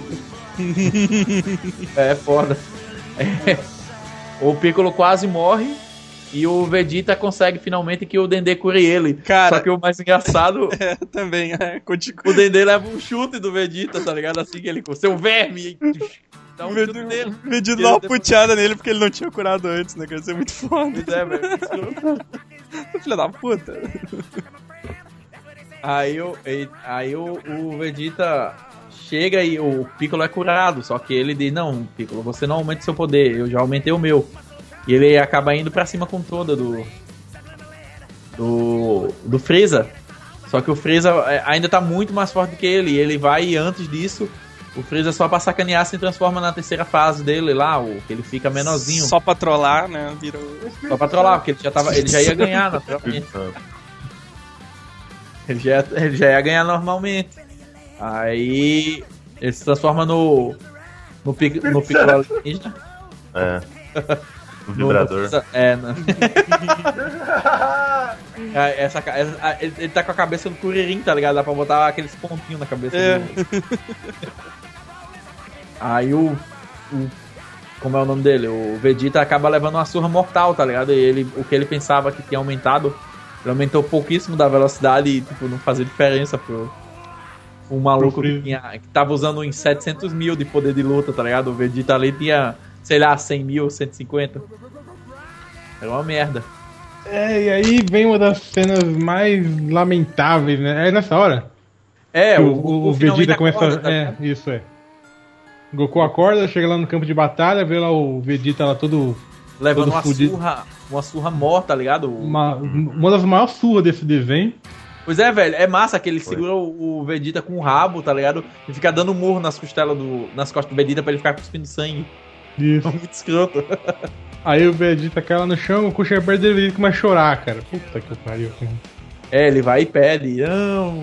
É foda. É. O Piccolo quase morre. E o Vegeta consegue finalmente que o Dendê cure ele. Cara- Só que o mais engraçado, É, também, é. Continua. o Dendê leva um chute do Vegeta, tá ligado? Assim que ele. Seu verme! E dá um O chute Vegeta nele. Vegeta E dá uma ele depois- puteada nele porque ele não tinha curado antes, né, cara? Isso é muito foda. Pois é, velho. Filha da puta. Aí, o, e- aí o, o Vegeta chega e o Piccolo é curado. Só que ele diz: Não, Piccolo, você não aumenta seu poder, eu já aumentei o meu. E ele acaba indo pra cima com toda do. Do. Do Freeza. Só que o Freeza é, ainda tá muito mais forte que ele. E ele vai e antes disso, o Freeza só pra sacanear se transforma na terceira fase dele lá, o que ele fica menorzinho. Só, Só pra trollar, né? Vira o... só pra trollar, porque ele já, tava, ele já ia ganhar naturalmente. Ele já, ia- ele já ia ganhar normalmente. Aí ele se transforma no. No, pic, no Piccolo alienígena. É. O No- vibrador. no- é, não. É, essa, ca- essa- ele, ele tá com a cabeça do Kuririn, tá ligado? Dá pra botar aqueles pontinhos na cabeça É. dele. Aí o, o. Como é o nome dele? O Vegeta acaba levando uma surra mortal, tá ligado? E ele, o que ele pensava que tinha aumentado, ele aumentou pouquíssimo da velocidade e, tipo, não fazia diferença pro. Um maluco que, tinha, que tava usando uns setecentos mil de poder de luta, tá ligado? O Vegeta ali tinha, sei lá, cem mil, cento e cinquenta. Era uma merda. É, e aí vem uma das cenas mais lamentáveis, né? É nessa hora. É, que o, o, o finalmente Vegeta começa. acorda, tá É, ligado? isso é. Goku acorda, chega lá no campo de batalha, vê lá o Vegeta lá todo. Levando todo uma fudido. surra, uma surra morta, tá ligado? Uma, uma das maiores surras desse desenho. Pois é, velho, é massa que ele segura o, o Vegeta com o rabo, tá ligado? E fica dando murro nas costelas do. nas costas do Vegeta pra ele ficar cuspindo sangue. Isso. Muito escroto. Aí o Vegeta cai lá no chão, o Goku chega perto dele e começa a chorar, cara. Puta que pariu. Cara. É, ele vai e pede, não,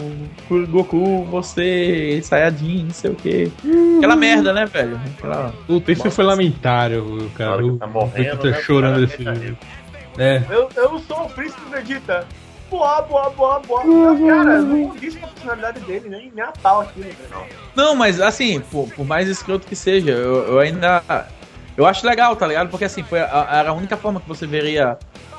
Goku, você, Saiyajin, não sei o que. Aquela merda, né, velho? Aquela... Puta, isso foi lamentário, Na cara. hora que O tá morrendo, Vegeta né, chorando cara, desse fica jeito. É. Eu, eu sou o príncipe Vegeta. Boa, boa, boa, boa. Cara, não condiz com a personalidade dele, nem, nem a pau aquilo, velho. Não, mas assim, por, por mais escroto que seja, eu, eu ainda. Eu acho legal, tá ligado? Porque assim, foi a, era a única forma que você veria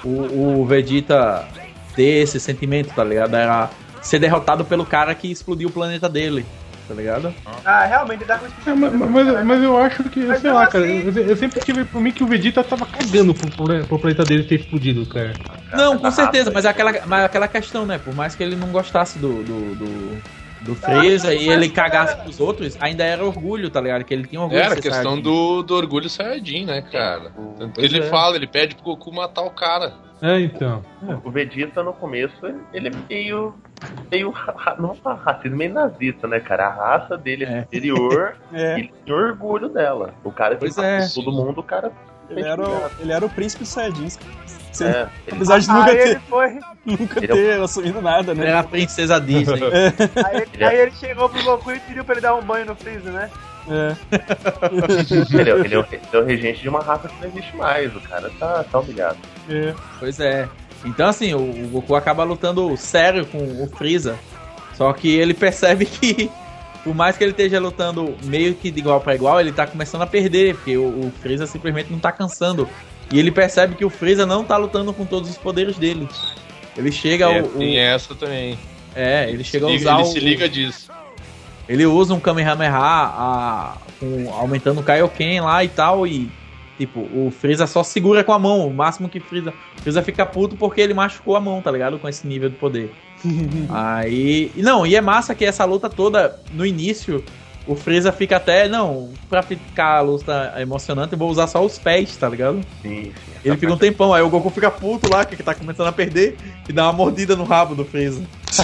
o, o Vegeta ter esse sentimento, tá ligado? Era ser derrotado pelo cara que explodiu o planeta dele, tá ligado? Ah, realmente dá pra É, explicar. mas, mas, mas eu acho que, Mas sei mesmo lá, cara, assim- eu, eu sempre tive por mim que o Vegeta tava cagando pro, pro, pro planeta dele ter explodido, cara. Não, com certeza, mas é aquela, mas é aquela questão, né? Por mais que ele não gostasse do, do, do, do Freeza e ele cagasse pros outros, ainda era orgulho, tá ligado? Que ele tinha orgulho Era de ser questão Saiyajin. do, do orgulho Saiyajin, né, cara? Tanto que Pois ele é. fala, ele pede pro Goku matar o cara. É, então. O Vegeta no começo, ele, ele é meio. meio. ra- não fa- racista, meio nazista, né, cara? A raça dele é É. superior É. e ele tem orgulho dela. O cara que Pois mata é. todo mundo, o cara. Ele era o, ele era o príncipe dos Saiyajins. Sem- É, ele, Apesar de nunca Aí ele ter, foi. nunca Ele é o- ter assumido nada, Ele né? era a princesa Disney. Aí, ele- aí ele chegou pro Goku e pediu pra ele dar um banho no Freeza, né? É. ele, é, ele, é o, ele é o regente de uma raça que não existe mais. O cara tá, tá humilhado. É. Pois é. Então, assim, o, o Goku acaba lutando sério com o Freeza. Só que ele percebe que, por mais que ele esteja lutando meio que de igual pra igual, ele tá começando a perder. Porque o, o Freeza simplesmente não tá cansando E ele percebe que o Freeza não tá lutando com todos os poderes dele. Ele chega É, ao... tem essa também. É, ele chega a Ele, usar ele o... se liga disso. Ele usa um Kamehameha a, com, aumentando o Kaioken lá e tal, e tipo, o Freeza só segura com a mão, o máximo que Freeza... Freeza fica puto porque ele machucou a mão, tá ligado? Com esse nível de poder. Aí... Não, e é massa que essa luta toda, no início, o Freeza fica até... Não, pra ficar a luta emocionante, eu vou usar só os pés, tá ligado? Sim, sim. Ele fica um tempão, aí o Goku fica puto lá, que tá começando a perder, e dá uma mordida no rabo do Freeza.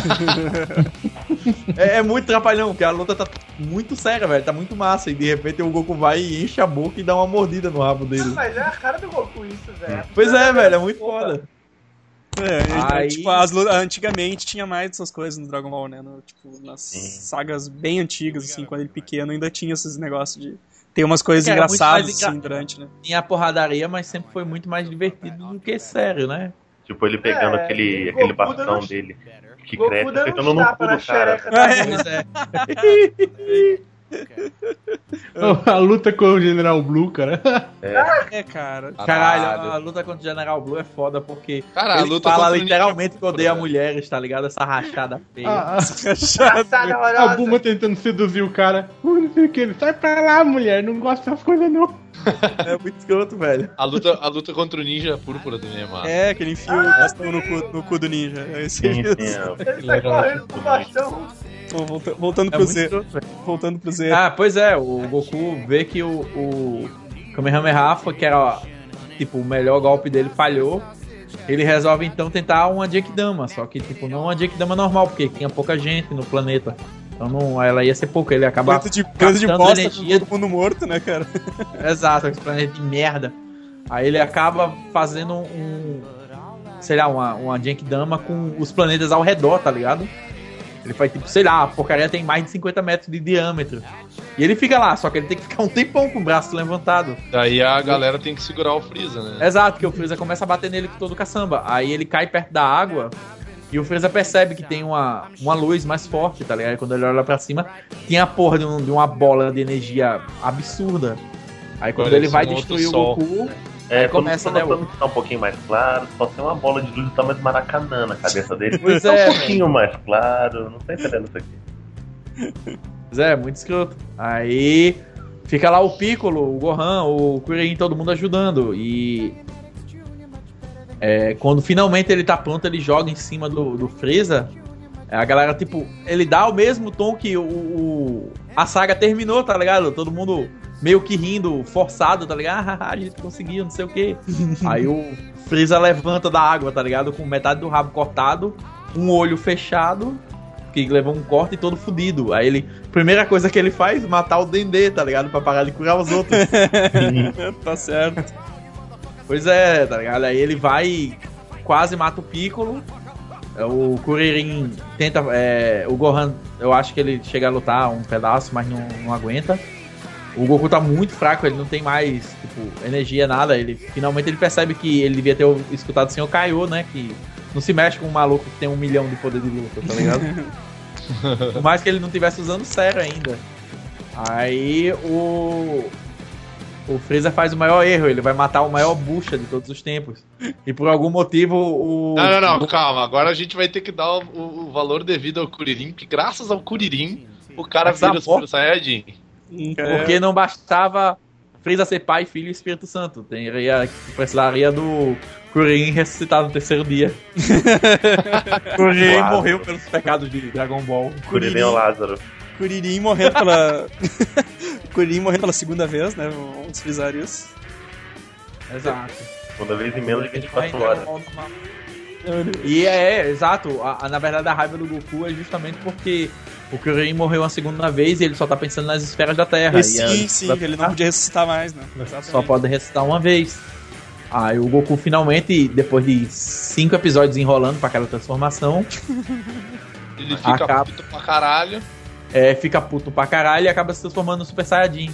é, é muito trapalhão, porque a luta tá muito séria, velho, tá muito massa, e de repente o Goku vai e enche a boca e dá uma mordida no rabo dele. Não, mas é a cara do Goku isso, velho. Pois é, velho, é muito foda. É, Aí- tipo, as, lu- antigamente tinha mais dessas coisas no Dragon Ball, né? No, tipo, nas Sim. sagas bem antigas, assim, quando ele pequeno, ainda tinha esses negócios de ter umas coisas Cara, muito engraçadas, mais engra- assim, durante, né? Tinha a porradaria, mas sempre foi muito mais divertido do que sério, né? Tipo, ele pegando É, aquele, Goku aquele bastão dando- dele que Goku cresce, dando acertando um no tapa cu na do cara. xereca da Pois é. A luta com o General Blue, cara. É, cara. Caralho, a luta contra o General Blue é foda porque Cara, a ele luta fala contra o literalmente Ninja que odeia velho. mulheres, tá ligado? Essa rachada feia. A, a- Engraçada, a horrorosa. Buma tentando seduzir o cara. Uh, não sei o que, ele sai pra lá, mulher, não gosta dessas coisas não. É muito escroto, velho. A luta, a luta contra o Ninja Púrpura também, mano. É, que ele enfia o bastão no cu, no cu do ninja. É esse Sim, mesmo. sim, é. Ele sai correndo com o bastão. Pô, volta- voltando É pro muito Z. escroto, velho. Voltando pro Z. Ah, pois é, o Goku vê que o, o Kamehameha, que era tipo o melhor golpe dele, falhou. Ele resolve então tentar uma Genkidama, só que tipo não uma Genkidama normal, porque tinha pouca gente no planeta. Então não, ela ia ser pouca, ele ia acabar Planeta de, planeta de captando bosta energia. com todo mundo morto, né, cara? Exato, esse planeta de merda. Aí ele acaba fazendo um, sei lá, uma, uma Genkidama com os planetas ao redor, tá ligado? Ele faz tipo, sei lá, a porcaria tem mais de cinquenta metros de diâmetro. E ele fica lá, só que ele tem que ficar um tempão com o braço levantado. Daí a galera tem que segurar o Freeza, né? Exato, que o Freeza começa a bater nele com todo o caçamba. Aí ele cai perto da água e o Freeza percebe que tem uma, uma luz mais forte, tá ligado? Aí quando ele olha pra cima, tem a porra de, um- de uma bola de energia absurda. Aí quando Parece ele vai um outro destruir o sol. Goku, É, Aí quando começa, começa, né, quando ficar um pouquinho mais claro, só tem uma bola de luz do tamanho do Maracanã na cabeça dele. Pois Tá é, um pouquinho mais claro, não tô entendendo isso aqui. pois é, muito escroto. Aí fica lá o Piccolo, o Gohan, o Kuririn, todo mundo ajudando. E é, quando finalmente ele tá pronto, ele joga em cima do, do Freeza. A galera, tipo, ele dá o mesmo tom que o, o- a saga terminou, tá ligado? Todo mundo meio que rindo, forçado, tá ligado? Ah, a gente conseguiu, não sei o quê. Aí o Freeza levanta da água, tá ligado? Com metade do rabo cortado, um olho fechado, que levou um corte e todo fudido. Aí ele, primeira coisa que ele faz, matar o Dendê, tá ligado? Pra parar de curar os outros. Tá certo. Pois é, tá ligado? Aí ele vai e quase mata o Piccolo. O Kuririn tenta. É, o Gohan, eu acho que ele chega a lutar um pedaço, mas não, não aguenta. O Goku tá muito fraco, ele não tem mais tipo, energia, nada. Ele finalmente ele percebe que ele devia ter escutado o senhor Kaiô, né? Que não se mexe com um maluco que tem um milhão de poder de luta, tá ligado? Por mais que ele não estivesse usando sério ainda. Aí o. O Freeza faz o maior erro, ele vai matar o maior bucha de todos os tempos. E por algum motivo o. Não, não, não, calma. Agora a gente vai ter que dar o, o- o valor devido ao Kuririn, que graças ao Kuririn, o cara Essa vira o porra- Super Saiyajin. Porque não bastava Freeza ser Pai, Filho e Espírito Santo. Teria, precisaria do Kuririn ressuscitar no terceiro dia. Kuririn Claro. morreu pelos pecados de Dragon Ball. Kuririn é o Lázaro. Kuririn morrendo pela. Kuririn morrendo pela segunda vez, né? Vamos frisar isso. Exato. Toda vez em menos de vinte e Vai quatro em horas. Dragon Ball normal. E é, é, exato. A, a- na verdade, a raiva do Goku é justamente porque o Kuririn morreu uma segunda vez e ele só tá pensando nas esferas da Terra. E E sim, a- sim, ele não podia ressuscitar mais, né? Só pode ressuscitar uma vez. Aí o Goku finalmente, depois de cinco episódios enrolando pra aquela transformação, Ele fica Acaba. puto pra caralho. é, fica puto pra caralho e acaba se transformando no Super Saiyajin.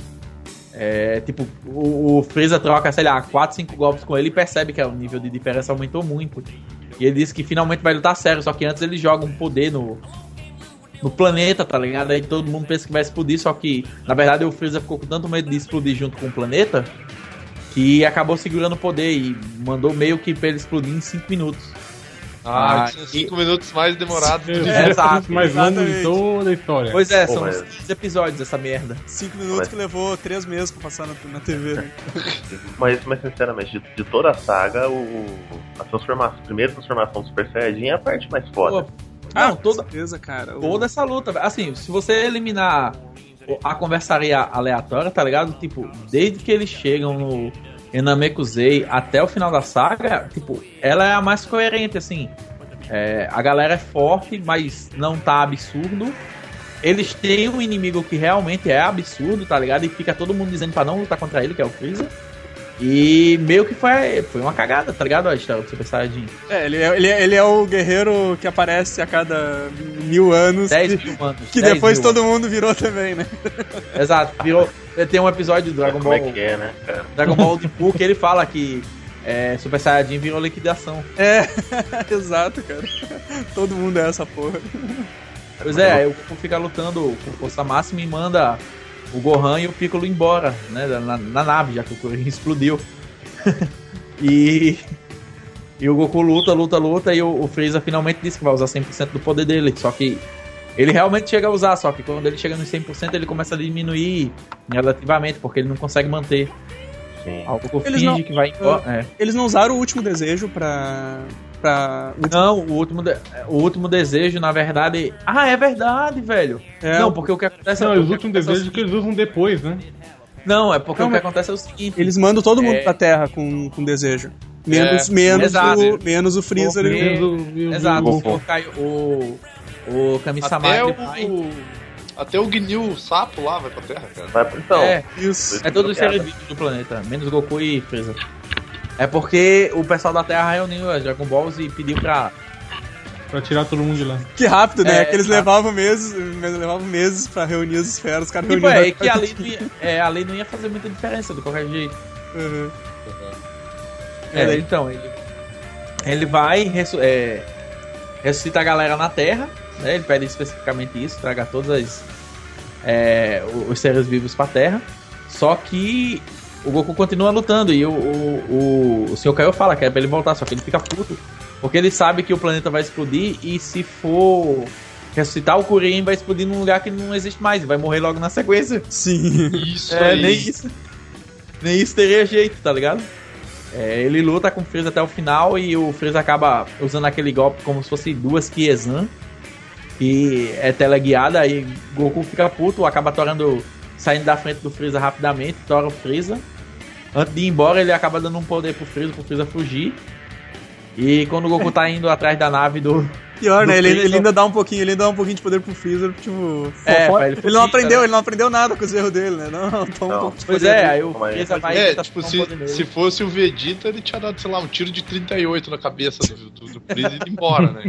É, tipo, o, o Freeza troca, sei lá, quatro, cinco golpes com ele e percebe que o nível de diferença aumentou muito. E ele disse que finalmente vai lutar sério, só que antes ele joga um poder no, no planeta, tá ligado? Aí todo mundo pensa que vai explodir, só que na verdade o Freeza ficou com tanto medo de explodir junto com o planeta que acabou segurando o poder e mandou meio que pra ele explodir em cinco minutos. Ah, Ah, tinha e- cinco minutos mais demorados. É, É, exato, mais longo de exatamente. toda a história. Pois é, Pô, são mas- seis episódios essa merda. Cinco minutos Mas- que levou três meses pra passar na, na T V, né? Mas, mas sinceramente, de, de toda a saga, o, a, transformação, a primeira transformação do Super Saiyajin é a parte mais foda. Pô, Não, com toda, certeza, cara. O- toda essa luta, velho. Assim, se você eliminar a conversaria aleatória, tá ligado? Tipo, desde que eles chegam no Namekusei até o final da saga, tipo, ela é a mais coerente, assim. É, a galera é forte, mas não tá absurdo. Eles têm um inimigo que realmente é absurdo, tá ligado? E fica todo mundo dizendo pra não lutar contra ele, que é o Freeza. E meio que foi, foi uma cagada, tá ligado? A história do Super Saiyajin. É, ele é, ele, é, ele é o guerreiro que aparece a cada mil anos. dez que, mil anos. que dez depois mil todo mundo virou também, né? anos. Exato, virou. Tem um episódio do Dragon Como é Ball. que é, né, cara? Dragon Ball de Poo que ele fala que é, Super Saiyajin virou liquidação. É, exato, cara. Todo mundo é essa porra. Pois é, aí o Goku fica lutando com força máxima e manda o Gohan e o Piccolo embora, né? Na, na nave, já que o Kuririn explodiu. e. E o Goku luta, luta, luta, e o, o Freeza finalmente diz que vai usar cem por cento do poder dele. Só que ele realmente chega a usar, só que quando ele chega nos cem por cento ele começa a diminuir relativamente, porque ele não consegue manter. Sim. Aí o Goku Eles finge não- que vai embora. É. Eles não usaram o último desejo pra. pra. Não, o último, de- o último desejo, na verdade. Ah, é verdade, velho. É, não, porque o que acontece Não, é. o os que últimos acontece é o desejos que eles usam depois, né? Não, é porque Não, o que mas- acontece é o seguinte. Eles mandam todo mundo É. pra Terra com, com desejo. Menos, É, menos, exato. o, menos o Freezer. Porque- e o- Eles usam- Exato, Goku. o, Kai- o, o Kami-sama Até ele vai- o, até o Gnil, o sapo lá, vai pra terra, cara. Vai pro então. É, Isso. é todos os seres vivos do planeta, menos Goku e Freeza. É porque o pessoal da Terra reuniu as Dragon Balls e pediu pra. Pra tirar todo mundo de lá. Que rápido, né? É, que eles tá. levavam meses, levavam meses pra reunir as esferas, os caras Tipo, reuniam. é que a lei, não ia, é, a lei não ia fazer muita diferença de qualquer jeito. Uhum. É, É. então, ele, ele vai ressu- é, ressuscita a galera na Terra, né? Ele pede especificamente isso, traga todos as, é, os seres vivos pra Terra. Só que o Goku continua lutando e o, o, o, o senhor Kaiô fala que é pra ele voltar, só que ele fica puto, porque ele sabe que o planeta vai explodir e se for ressuscitar o Kuririn vai explodir num lugar que não existe mais e vai morrer logo na sequência. Sim. Isso É, aí. nem isso. Nem isso teria jeito, tá ligado? É, ele luta com o Freeza até o final e o Freeza acaba usando aquele golpe como se fosse duas Kiezan, que é teleguiada, aí Goku fica puto, acaba torando, saindo da frente do Freeza rapidamente, tora o Freeza. Antes de ir embora, ele acaba dando um poder pro Freeza, pro Freeza fugir. E quando o Goku tá indo atrás da nave do... Pior, do né? Ele, Freeza- ele ainda dá um pouquinho, ele ainda dá um pouquinho de poder pro Freezer, tipo. É, fo- pra ele ele, fugir, não aprendeu, né? ele não aprendeu nada com os erros dele, né? Não, toma um Não. pouco de Pois poder é, dele. aí o Como é? Freeza vai... É, tentar tipo, tomar um se, poder nele. se fosse o Vegeta, ele tinha dado, sei lá, um tiro de trinta e oito na cabeça do, do, do Freeza e ido embora, né?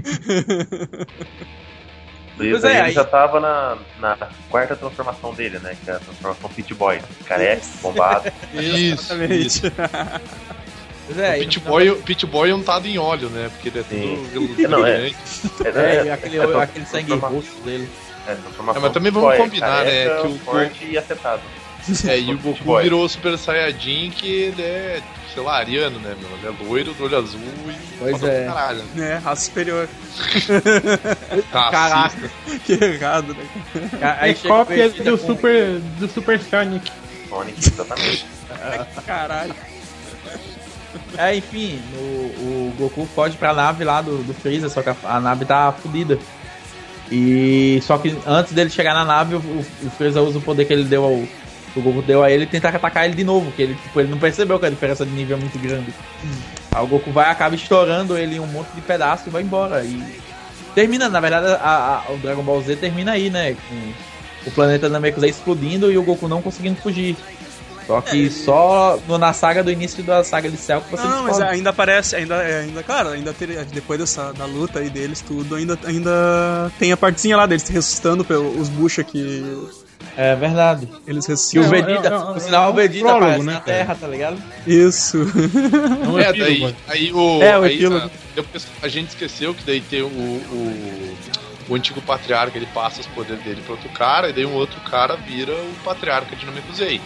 Pois é, ele aí- já tava na, na quarta transformação dele, né? Que é a transformação Pit Boy. Careca, bombado. Isso, isso. Exatamente. Pois é, O aí Pit no final- Boy, o Pit Boy é untado em óleo, né? Porque ele é Sim. tudo Não, é. grande. É, É, e aquele, é, aquele sangue roxo dele. É, transformação É, mas também Pit vamos Boy, combinar, né, careca, que o- forte e afetado. É, e o Pit Goku Boy. virou o Super Saiyajin, que ele é, sei lá, ariano, né, meu? Ele é loiro, do olho azul e Pois foda é. pra caralho. É, raça superior. Caraca. Racista. Que errado, né? Aí É chega o cópia Vegeta do com- Super, do Super Sonic. Sonic, exatamente. Caralho. É, enfim, o, o Goku foge pra nave lá do, do Freeza, só que a, a nave tá fodida. E só que antes dele chegar na nave, o, o, o Freeza usa o poder que ele deu ao. O Goku deu a ele e tenta atacar ele de novo, que ele, tipo, ele não percebeu que a diferença de nível é muito grande. Aí o Goku vai acaba estourando ele em um monte de pedaço e vai embora. E termina, na verdade, a, a, o Dragon Ball Z termina aí, né? Com o planeta Namekusei explodindo e o Goku não conseguindo fugir. Só que só no- na saga do início da saga de Cell que você Não, mas descobre. ainda aparece, ainda, é, ainda claro, ainda teria, depois dessa da luta aí deles, tudo, ainda, ainda tem a partezinha lá deles ressuscitando pelo- os bucha que É verdade. eles Que o ressuscitam. Vegeta, é, é, por sinal, o Vegeta prólogo, aparece né, na cara? Terra, tá ligado? Isso. Não É, epílogo, daí, mas- aí o. É, o aí, epílogo. a, depois a gente esqueceu que daí tem o, o, o antigo patriarca, ele passa os poderes dele pra outro cara, e daí um outro cara vira o patriarca de Namekusei.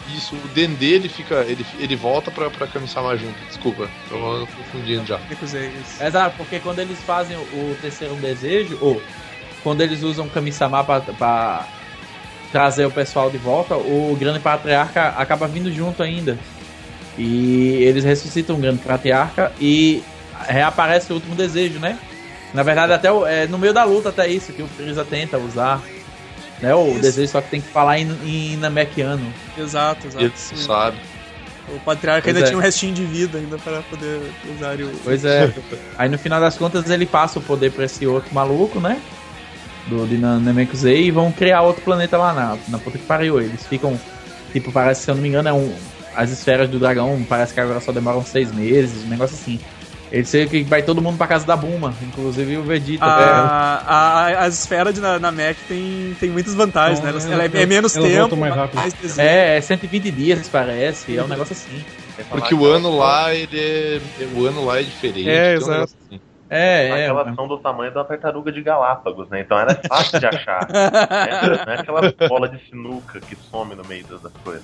Isso, o Dendê, ele fica. Ele, ele volta pra, pra Kami-sama junto. Desculpa, tô confundindo já. Exato, porque quando eles fazem o terceiro desejo, ou quando eles usam Kami-sama pra, pra trazer o pessoal de volta, o grande patriarca acaba vindo junto ainda. E eles ressuscitam o grande patriarca e reaparece o último desejo, né? Na verdade, até o, é, no meio da luta, até isso, que o Frieza tenta usar. Né, o isso. Desejo só que tem que falar em, em namekiano. Exato, exato. Ele sabe. O patriarca pois ainda é. tinha um restinho de vida ainda para poder usar o... Pois é. Aí no final das contas ele passa o poder pra esse outro maluco, né? Do de Namekusei, e vão criar outro planeta lá na, na puta que pariu. Eles ficam, tipo, parece, se eu não me engano, é um, as esferas do dragão parece que agora só demoram seis meses, um negócio assim. Ele sei que vai todo mundo pra casa da Bulma, inclusive o Vegeta. A, a, a esfera de Namek tem, tem muitas vantagens, então, né? Ela, ela é, é menos tempo, mais rápido. Mais é, é cento e vinte dias, parece, é um negócio assim. Porque o ano lá, ele é, o ano lá é diferente. É, exato. Um assim. É, é. Elas são do tamanho da tartaruga de Galápagos, né? Então ela é fácil de achar. É, não é aquela bola de sinuca que some no meio das coisas.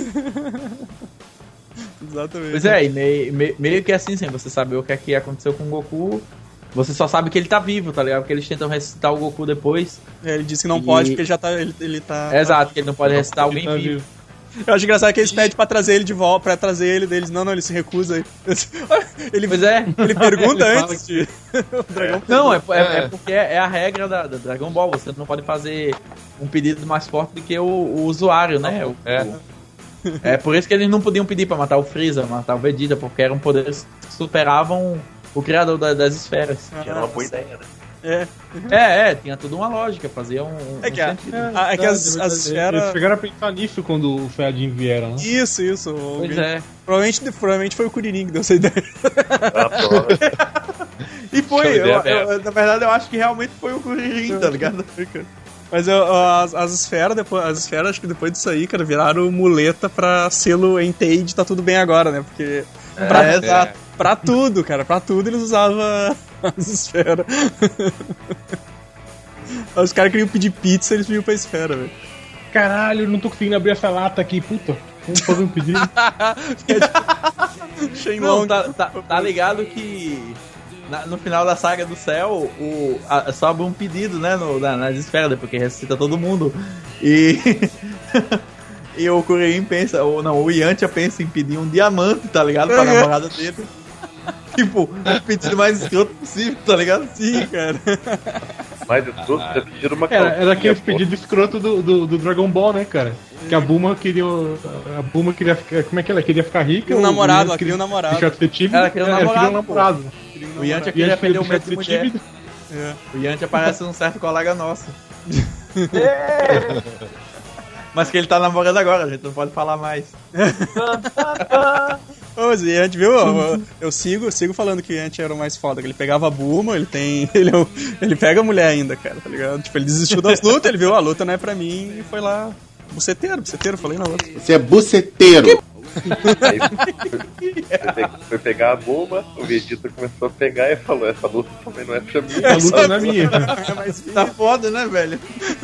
Exatamente. Pois é, e meio, meio, meio que assim, sem você saber o que é que aconteceu com o Goku, você só sabe que ele tá vivo, tá ligado? Porque eles tentam ressuscitar o Goku depois. É, ele disse que não e... pode porque ele já tá. Ele, ele tá. Exato, que ele não pode ressuscitar alguém tá vivo. vivo. Eu acho engraçado que eles pedem pra trazer ele de volta, pra trazer ele deles. Não, não, ele se recusa. Ele, pois é. Ele pergunta ele antes de... o dragão. Não, é, é, é porque é a regra da, da Dragon Ball. Você não pode fazer um pedido mais forte do que o, o usuário, né? O, é. O, é por isso que eles não podiam pedir pra matar o Freeza, matar o Vegeta, porque eram poderes que superavam o criador da, das esferas. Que era uma boa ideia, né? É. é, é, tinha tudo uma lógica, fazia um, um é que, a, sentido. A, é que as, as esferas... Eles chegaram a pensar nisso quando o Saiyajin vieram, né? Isso, isso. Pois alguém... é. Provavelmente, provavelmente foi o Kuririn que deu essa ideia. Ah, e foi, eu, eu, na verdade eu acho que realmente foi o Kuririn, tá ligado? Mas eu, as, as esferas, depois, as esferas, acho que depois disso aí, cara, viraram muleta pra selo Entei Tá Tudo Bem Agora, né? Porque... É, pra, é, exato. Pra tudo, cara, pra tudo eles usavam as esferas. Os caras queriam pedir pizza, eles pediam pra esfera, velho. Caralho, não tô conseguindo abrir essa lata aqui, puta. Vamos fazer um pedido. Não, tá, tá, tá ligado que na, no final da saga do céu o, a, sobe um pedido, né, no, na, nas esferas, depois que ressuscita todo mundo. E e o Kuririn pensa, ou não, o Yantia pensa em pedir um diamante, tá ligado, pra namorada dele. Tipo, o pedido mais escroto possível, tá ligado? Sim, cara. Mais escroto, já pediram uma Era, era aquele pedido escroto do, do, do Dragon Ball, né, cara? Que a Bulma queria. A Bulma queria ficar. Como é que ela queria ficar rica? Um namorado, ela queria um namorado. Ela queria ela queria um namorado. Um namorado. O Yantia queria perder o medo de mulher. É. O Yantia parece um certo colega nosso. É. Mas que ele tá namorando agora, a gente não pode falar mais. Ô, mas o Yantia, viu? Eu, eu sigo, eu sigo falando que o Yantia era o mais foda, que ele pegava a Bulma, ele tem. Ele, ele pega a mulher ainda, cara, tá ligado? Tipo, ele desistiu das lutas, ele viu, a luta não é pra mim e foi lá. Buceteiro, buceteiro, falei na outra. Você é buceteiro. Aí foi, foi pegar a Bulma, o Vegeta começou a pegar e falou: essa luta também não é pra mim. A luta não é minha. Tá foda, né, velho?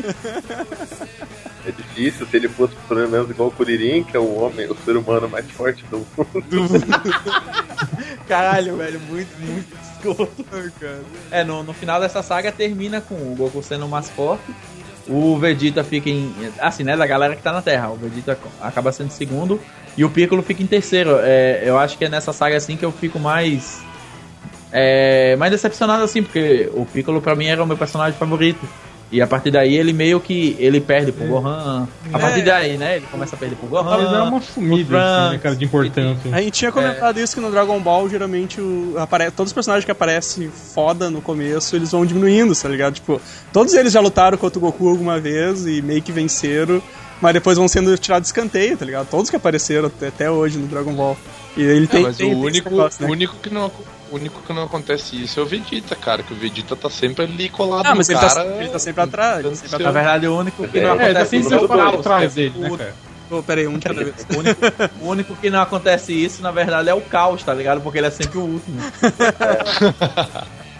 É difícil, se ele fosse pelo menos igual o Kuririn, que é o homem, o ser humano mais forte do mundo. Caralho, velho, muito, muito escroto. É, no, no final dessa saga termina com o Goku sendo o mais forte. O Vegeta fica em... Assim, né, da galera que tá na Terra. O Vegeta acaba sendo segundo e o Piccolo fica em terceiro. É, eu acho que é nessa saga assim que eu fico mais... É, mais decepcionado assim, porque o Piccolo pra mim era o meu personagem favorito. E a partir daí ele meio que ele perde pro Gohan. A partir daí, né, ele começa a perder pro Gohan. Ele dá uma sumida, assim, né, cara, de importância. A gente tinha comentado é. isso, que no Dragon Ball, geralmente, o, apare, todos os personagens que aparecem foda no começo, eles vão diminuindo, tá ligado? Tipo, todos eles já lutaram contra o Goku alguma vez e meio que venceram, mas depois vão sendo tirados de escanteio, tá ligado? Todos que apareceram até, até hoje no Dragon Ball. E ele tem, é, mas tem, o tem único, negócio, né? o único que não O único que não acontece isso é o Vegeta, cara, que o Vegeta tá sempre ali colado ah, mas no ele cara. Tá, ele tá sempre atrás. Ele sempre Na verdade, o único que é, não acontece... É, tá sempre separado atrás dele, né, o, cara? Oh, peraí, um de cada vez. O único, o único que não acontece isso, na verdade, é o Caos, tá ligado? Porque ele é sempre o último.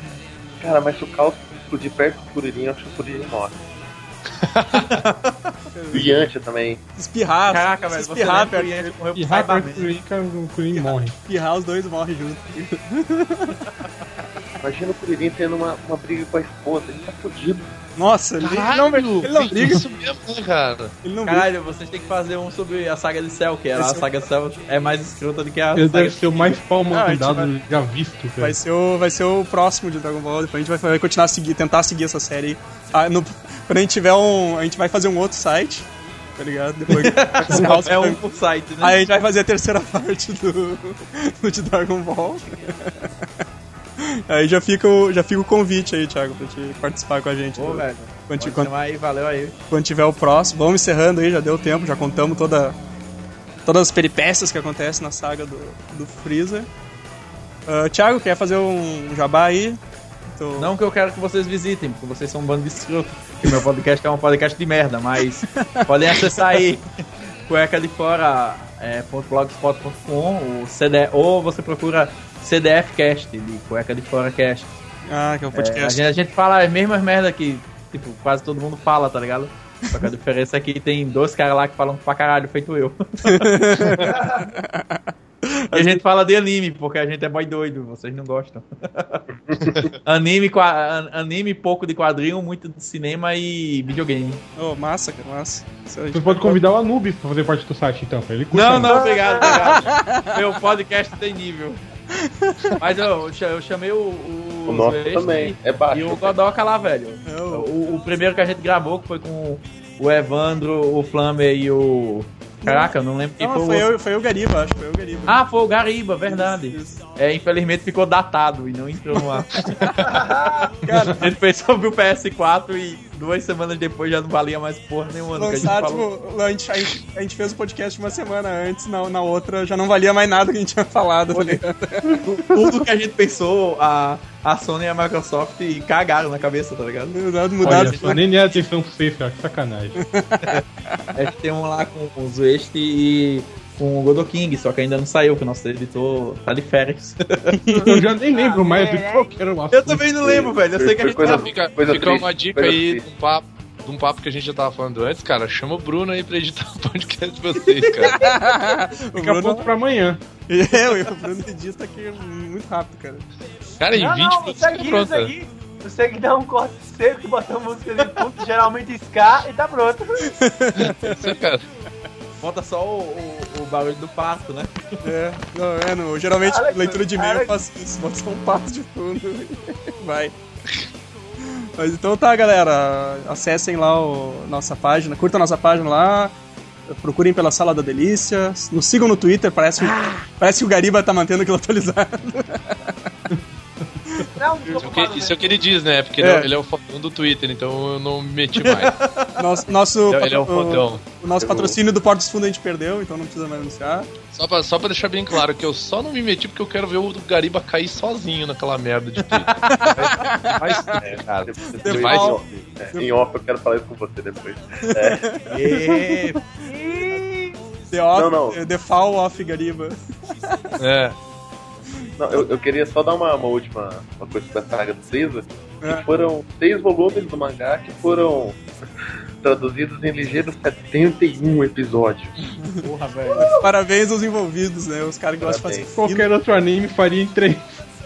Cara, mas se o Caos explodir perto do Kuririn, eu acho que o Kuririn morre. O Yantia também. Espirrar. Caraca, velho, você espirrar lembra perto que o Yantia dele. morreu pro Espirrar perto Cyberman? do Kuririn, cara, o Kuririn morre. Espirrar, os dois morrem juntos. Imagina o Kuririn tendo uma, uma briga com a esposa, ele tá fodido. Nossa, ele Caralho, não, ele não tem briga. isso mesmo, né, cara? Ele não briga. Caralho, vocês têm que fazer um sobre a saga de Cell, que era a saga de Cell é mais escrota do que a Ele saga deve ser o mais pau Ah, a gente mandado vai- já visto, cara. Vai ser, o, vai ser o próximo de Dragon Ball. Depois a gente vai, vai continuar a seguir, tentar seguir essa série. Ah, no- quando a gente tiver um. A gente vai fazer um outro site, tá ligado? Depois é um por site, né? Aí a gente vai fazer a terceira parte do, do de Dragon Ball. Aí já fica, o, já fica o convite aí, Thiago, pra te participar com a gente. Pô, do- velho. quando, Pode quando, chamar aí, valeu aí. quando tiver o próximo. Vamos encerrando aí, já deu tempo, já contamos toda, todas as peripécias que acontecem na saga do, do Freezer. Uh, Thiago, quer fazer um jabá aí? Tô- Não que eu quero que vocês visitem, porque vocês são um bando de escroto. Que meu podcast é um podcast de merda, mas podem acessar aí cueca de fora é, ponto blogspot ponto com o C D, ou você procura C D F Cast, de Cueca de Fora Cast. Ah, que é um É, a, podcast. gente, a gente fala as mesmas merda que tipo, quase todo mundo fala, tá ligado? Só que a diferença é que tem dois caras lá que falam pra caralho, feito eu. E a gente fala de anime, porque a gente é boy doido, vocês não gostam. anime, qua- anime, pouco de quadrinho, muito de cinema e videogame. Oh, massa, cara, massa. Isso a gente Você pode convidar o Anubis pra fazer parte do site, então, pra ele curtir. Não, não, obrigado, obrigado. Meu podcast tem nível. Mas eu, eu chamei o... O, O nosso Zwest também, é baixo. E o Godoka lá, velho. É o- O, o primeiro que a gente gravou, que foi com o Evandro, o Flammer e o... Caraca, eu não lembro quem Não, foi, foi, o outro. eu, foi o Gariba, acho que foi o Gariba. Ah, foi o Gariba, verdade. Isso. É, infelizmente ficou datado e não entrou no ar. Cara, A gente fez sobre o P S quatro e duas semanas depois já não valia mais porra nenhuma do que a gente lançar, falou. tipo, a gente, a, gente, a gente fez o podcast uma semana antes, na, na outra já não valia mais nada que a gente tinha falado, tá ligado? Tudo que a gente pensou, a, a Sony e a Microsoft cagaram na cabeça, tá ligado? Mudaram. Olha, só nem dei atenção pra você, cara, que sacanagem. A gente tem um lá com o Zwest e com o Godoking, só que ainda não saiu, que o nosso editor tá de férias. Eu já nem lembro mais do qual que era o assunto. Eu também não lembro, velho. Eu sei que a gente Coisa- tá... Fica, Coisa fica triste, uma dica coisa aí de triste. um, papo, de um papo que a gente já tava falando antes, cara. Chama o Bruno aí pra editar o podcast de vocês, cara. O Fica Bruno, pronto pra amanhã. é, o Bruno edita aqui muito rápido, cara. Cara, em Não, vinte não, minutos isso tá aqui, pronta. isso aqui. Você que dá um corte seco e bota uma música de fundo, geralmente ska, e tá pronto. Isso, cara. Bota só o, o, o barulho do parto, né? É, não, é, no, geralmente Alex, leitura de e-mail eu Alex. faço isso, bota só um passo de fundo e vai. Mas então tá, galera, acessem lá o, nossa página, curtam a nossa página lá, procurem pela Sala da Delícia, nos sigam no Twitter, parece, parece que o Gariba tá mantendo aquilo atualizado. Não, Isso é o que, isso é o que ele diz, né? Porque É. ele, é, ele é o fodão do Twitter, então eu não me meti mais. Nosso, nosso, Ele é um fodão. o, o nosso patrocínio do Portos Fundo a gente perdeu, então não precisa mais anunciar. Só pra, só pra deixar bem claro que eu só não me meti porque eu quero ver o Gariba cair sozinho naquela merda de Twitter. Mas, É, cara, Depois, Vai- em, off, é, em off eu quero falar isso com você depois. É, E... The, off, Não, não. The Fall of Gariba. é. não, eu, eu queria só dar uma, uma última uma coisa sobre a saga do Freeza. É. Que foram seis volumes do mangá que foram traduzidos em ligeiros setenta e um episódios. Porra, velho. Parabéns aos envolvidos, né? Os caras que gostam de fazer Parabéns. Qualquer outro anime faria em três.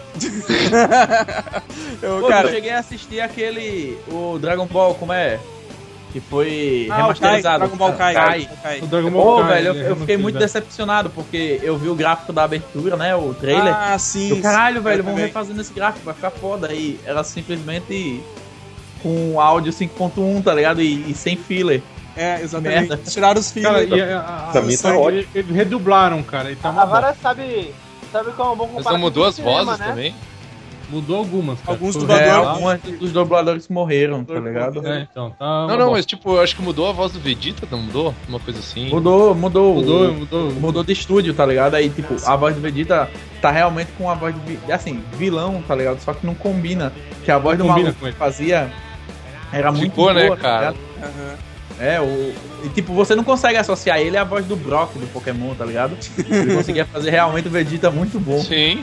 eu, Pô, cara, eu cheguei a assistir aquele... O Dragon Ball, como é? Que foi Ah, o remasterizado. Kai, Dragon Ball Kai. Kai. Kai. O Dragon Ball Pô, Kai, velho, eu, né, eu fiquei muito remasterizado. decepcionado, porque eu vi o gráfico da abertura, né? O trailer. Ah, sim. Do caralho, velho, eu vamos também. refazendo esse gráfico, vai ficar foda. E era simplesmente com áudio cinco ponto um, tá ligado? E, e sem filler. É, exatamente. Merda. Tiraram os filhos. Cara, e a, a, Pra mim tá a- ótimo. eles, eles redublaram, cara, e tá uma Agora sabe, sabe qual é um bom Mas comparativo? não mudou as com o cinema, vozes né? também? bosta. Mudou algumas, cara. Alguns Foi dubladores- É, real. alguns dos dubladores morreram, tá ligado? É, então, tá Não, uma não, bosta. mas tipo, eu acho que mudou a voz do Vegeta, não mudou? Uma coisa assim. Mudou, mudou. Mudou, o- mudou. Mudou de estúdio, tá ligado? Aí, tipo, a voz do Vegeta tá realmente com a voz de, vi- assim, vilão, tá ligado? Só que não combina. Que a voz Não do combina maluco com ele. que fazia era muito Ficou, boa, né, tá cara? ligado? Aham. É, o... E, tipo, você não consegue associar ele à voz do Brock do Pokémon, tá ligado? Ele conseguia fazer realmente o Vegeta muito bom. Sim.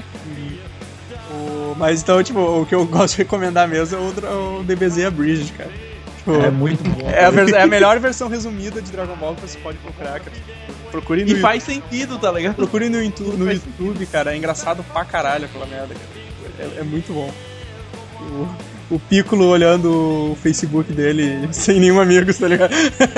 O- Mas então, tipo, o que eu gosto de recomendar mesmo é o, dra- o D B Z Abridged, cara. É muito bom. É a, vers- é a melhor versão resumida de Dragon Ball que você pode procurar, cara. Procure no E faz sentido, tá ligado? Procure no YouTube, no YouTube, cara. É engraçado pra caralho aquela merda, cara. É, é muito bom. O, o Piccolo olhando o Facebook dele sem nenhum amigo, tá ligado?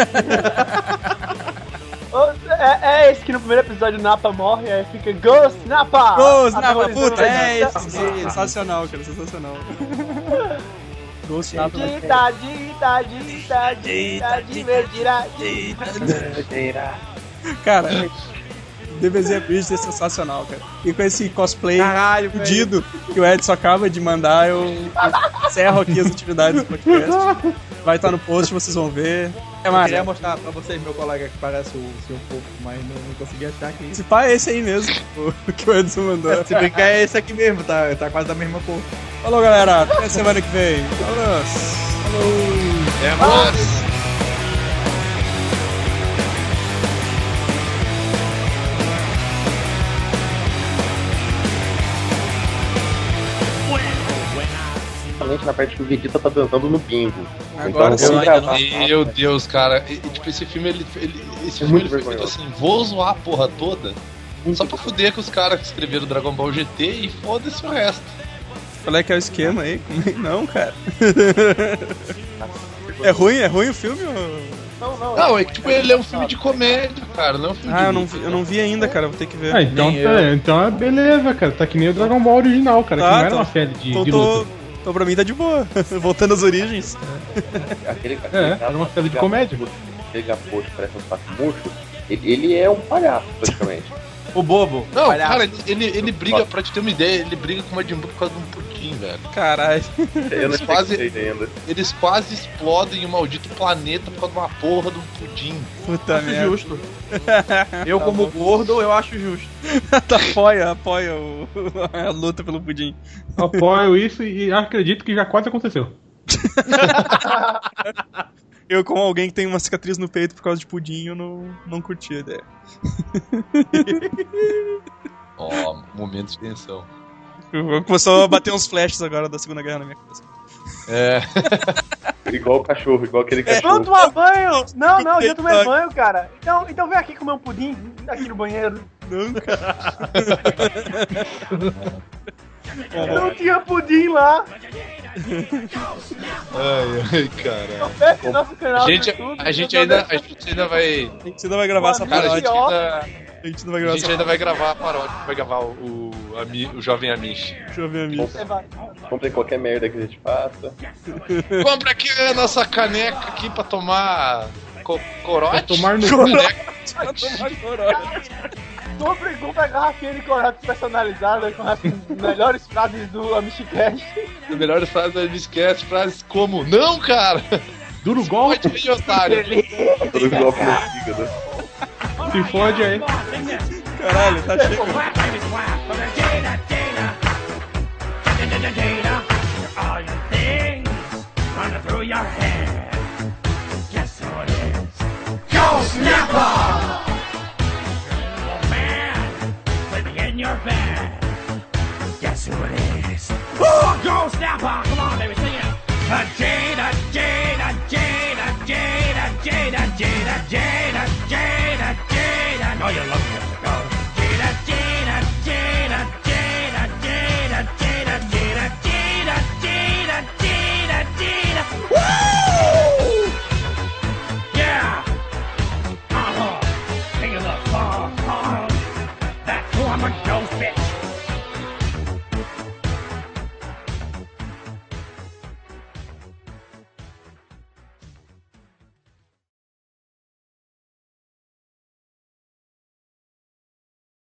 É, é esse que no primeiro episódio o Nappa morre, aí fica Ghost Nappa! Ghost Nappa, Aterrorizando puta! o É Vegeta. esse, sensacional, cara, sensacional. Ghost Nappa. Dita, dita, dita, dita, divertirá, Cara, D B Z Bridge é sensacional, cara. E com esse cosplay Caralho, fudido que o Edson acaba de mandar, eu encerro aqui as atividades do podcast. Vai estar no post, vocês vão ver. É Eu mais. queria mostrar pra vocês meu colega que parece o seu Fofo, mas não, não consegui achar aqui. Esse pai é esse aí mesmo, o que o Edson mandou. Se bem que é esse aqui mesmo, tá, tá quase da mesma cor. Falou, galera. Até semana que vem. Abraço. Falou. É nóis. Principalmente na parte que o Vegeta tá dançando no bingo. Agora então, sim. vamos gravar. Meu Deus, cara. E, e, tipo, esse filme, ele, ele, esse É filme muito ele foi feito vergonhoso. assim, vou zoar a porra toda, só pra fuder com os caras que escreveram Dragon Ball G T e foda-se o resto. Qual é que é o esquema aí? Não, cara. É ruim? É ruim o filme? Ou... Não, não. Não, é que tipo, ele é um filme de comédia, cara, não é um filme Ah, de eu não, luta. vi, eu não vi ainda, cara. Vou ter que ver. Ah, então, Nem tá, eu. então é beleza, cara. Tá que nem o Dragon Ball original, cara. Tá, que não era tô- uma série de, Então de tô, luta. tô pra mim tá de boa. Voltando às origens. Aquele, aquele É, cara era uma série de que comédia. Aquele gapocho parece um saco murcho. Ele, ele é um palhaço, praticamente. O bobo. Não, palhaço. cara, ele, ele briga, pra te ter uma ideia, ele briga com o Majin Buu por causa de um pudim, velho. Caralho. Eu não Quase- sei ainda. Eles quase explodem o maldito planeta por causa de uma porra de um pudim. Puta Acho merda. justo. Eu, como gordo, eu acho justo. apoia, apoia o, a luta pelo pudim. Apoio isso e acredito que já quase aconteceu. Eu, como alguém que tem uma cicatriz no peito por causa de pudim, eu não, não curti a ideia. Ó, momento de tensão. Começou a bater uns flashes agora da Segunda Guerra na minha cabeça. É. Igual o cachorro, igual aquele Vamos cachorro. tomar banho! Não, não, eu tomei TikTok. banho, cara. Então, então vem aqui comer um pudim aqui no banheiro. Não, cara. Não tinha pudim lá. Ai, ai, cara. Fecha o nosso canal. A gente, do YouTube, a gente eu ainda, tô a gente ainda vai. A gente ainda vai gravar essa Cara, a gente paródia. ainda, A gente não vai a gravar gente essa ainda vai gravar a paródia, vai gravar o, o, Ami- o Jovem Amish. Deixa eu ver a minha. Você vai. Comprem qualquer merda que a gente faça. Compra aqui a nossa caneca aqui pra tomar co corote. Pra tomar no Caneca. Vai tomar corote. Compre, compre a garrafinha de corante personalizada com as melhores frases do Amishicast. A melhor frase da Amiscast, frases como: Não, cara! Duro golpe, Pode vir, otário! Todo golpe no fígado. se fode aí. Caralho, tá cheio. Yeah! Uh-huh. King of the fall, fall. That's who I'm a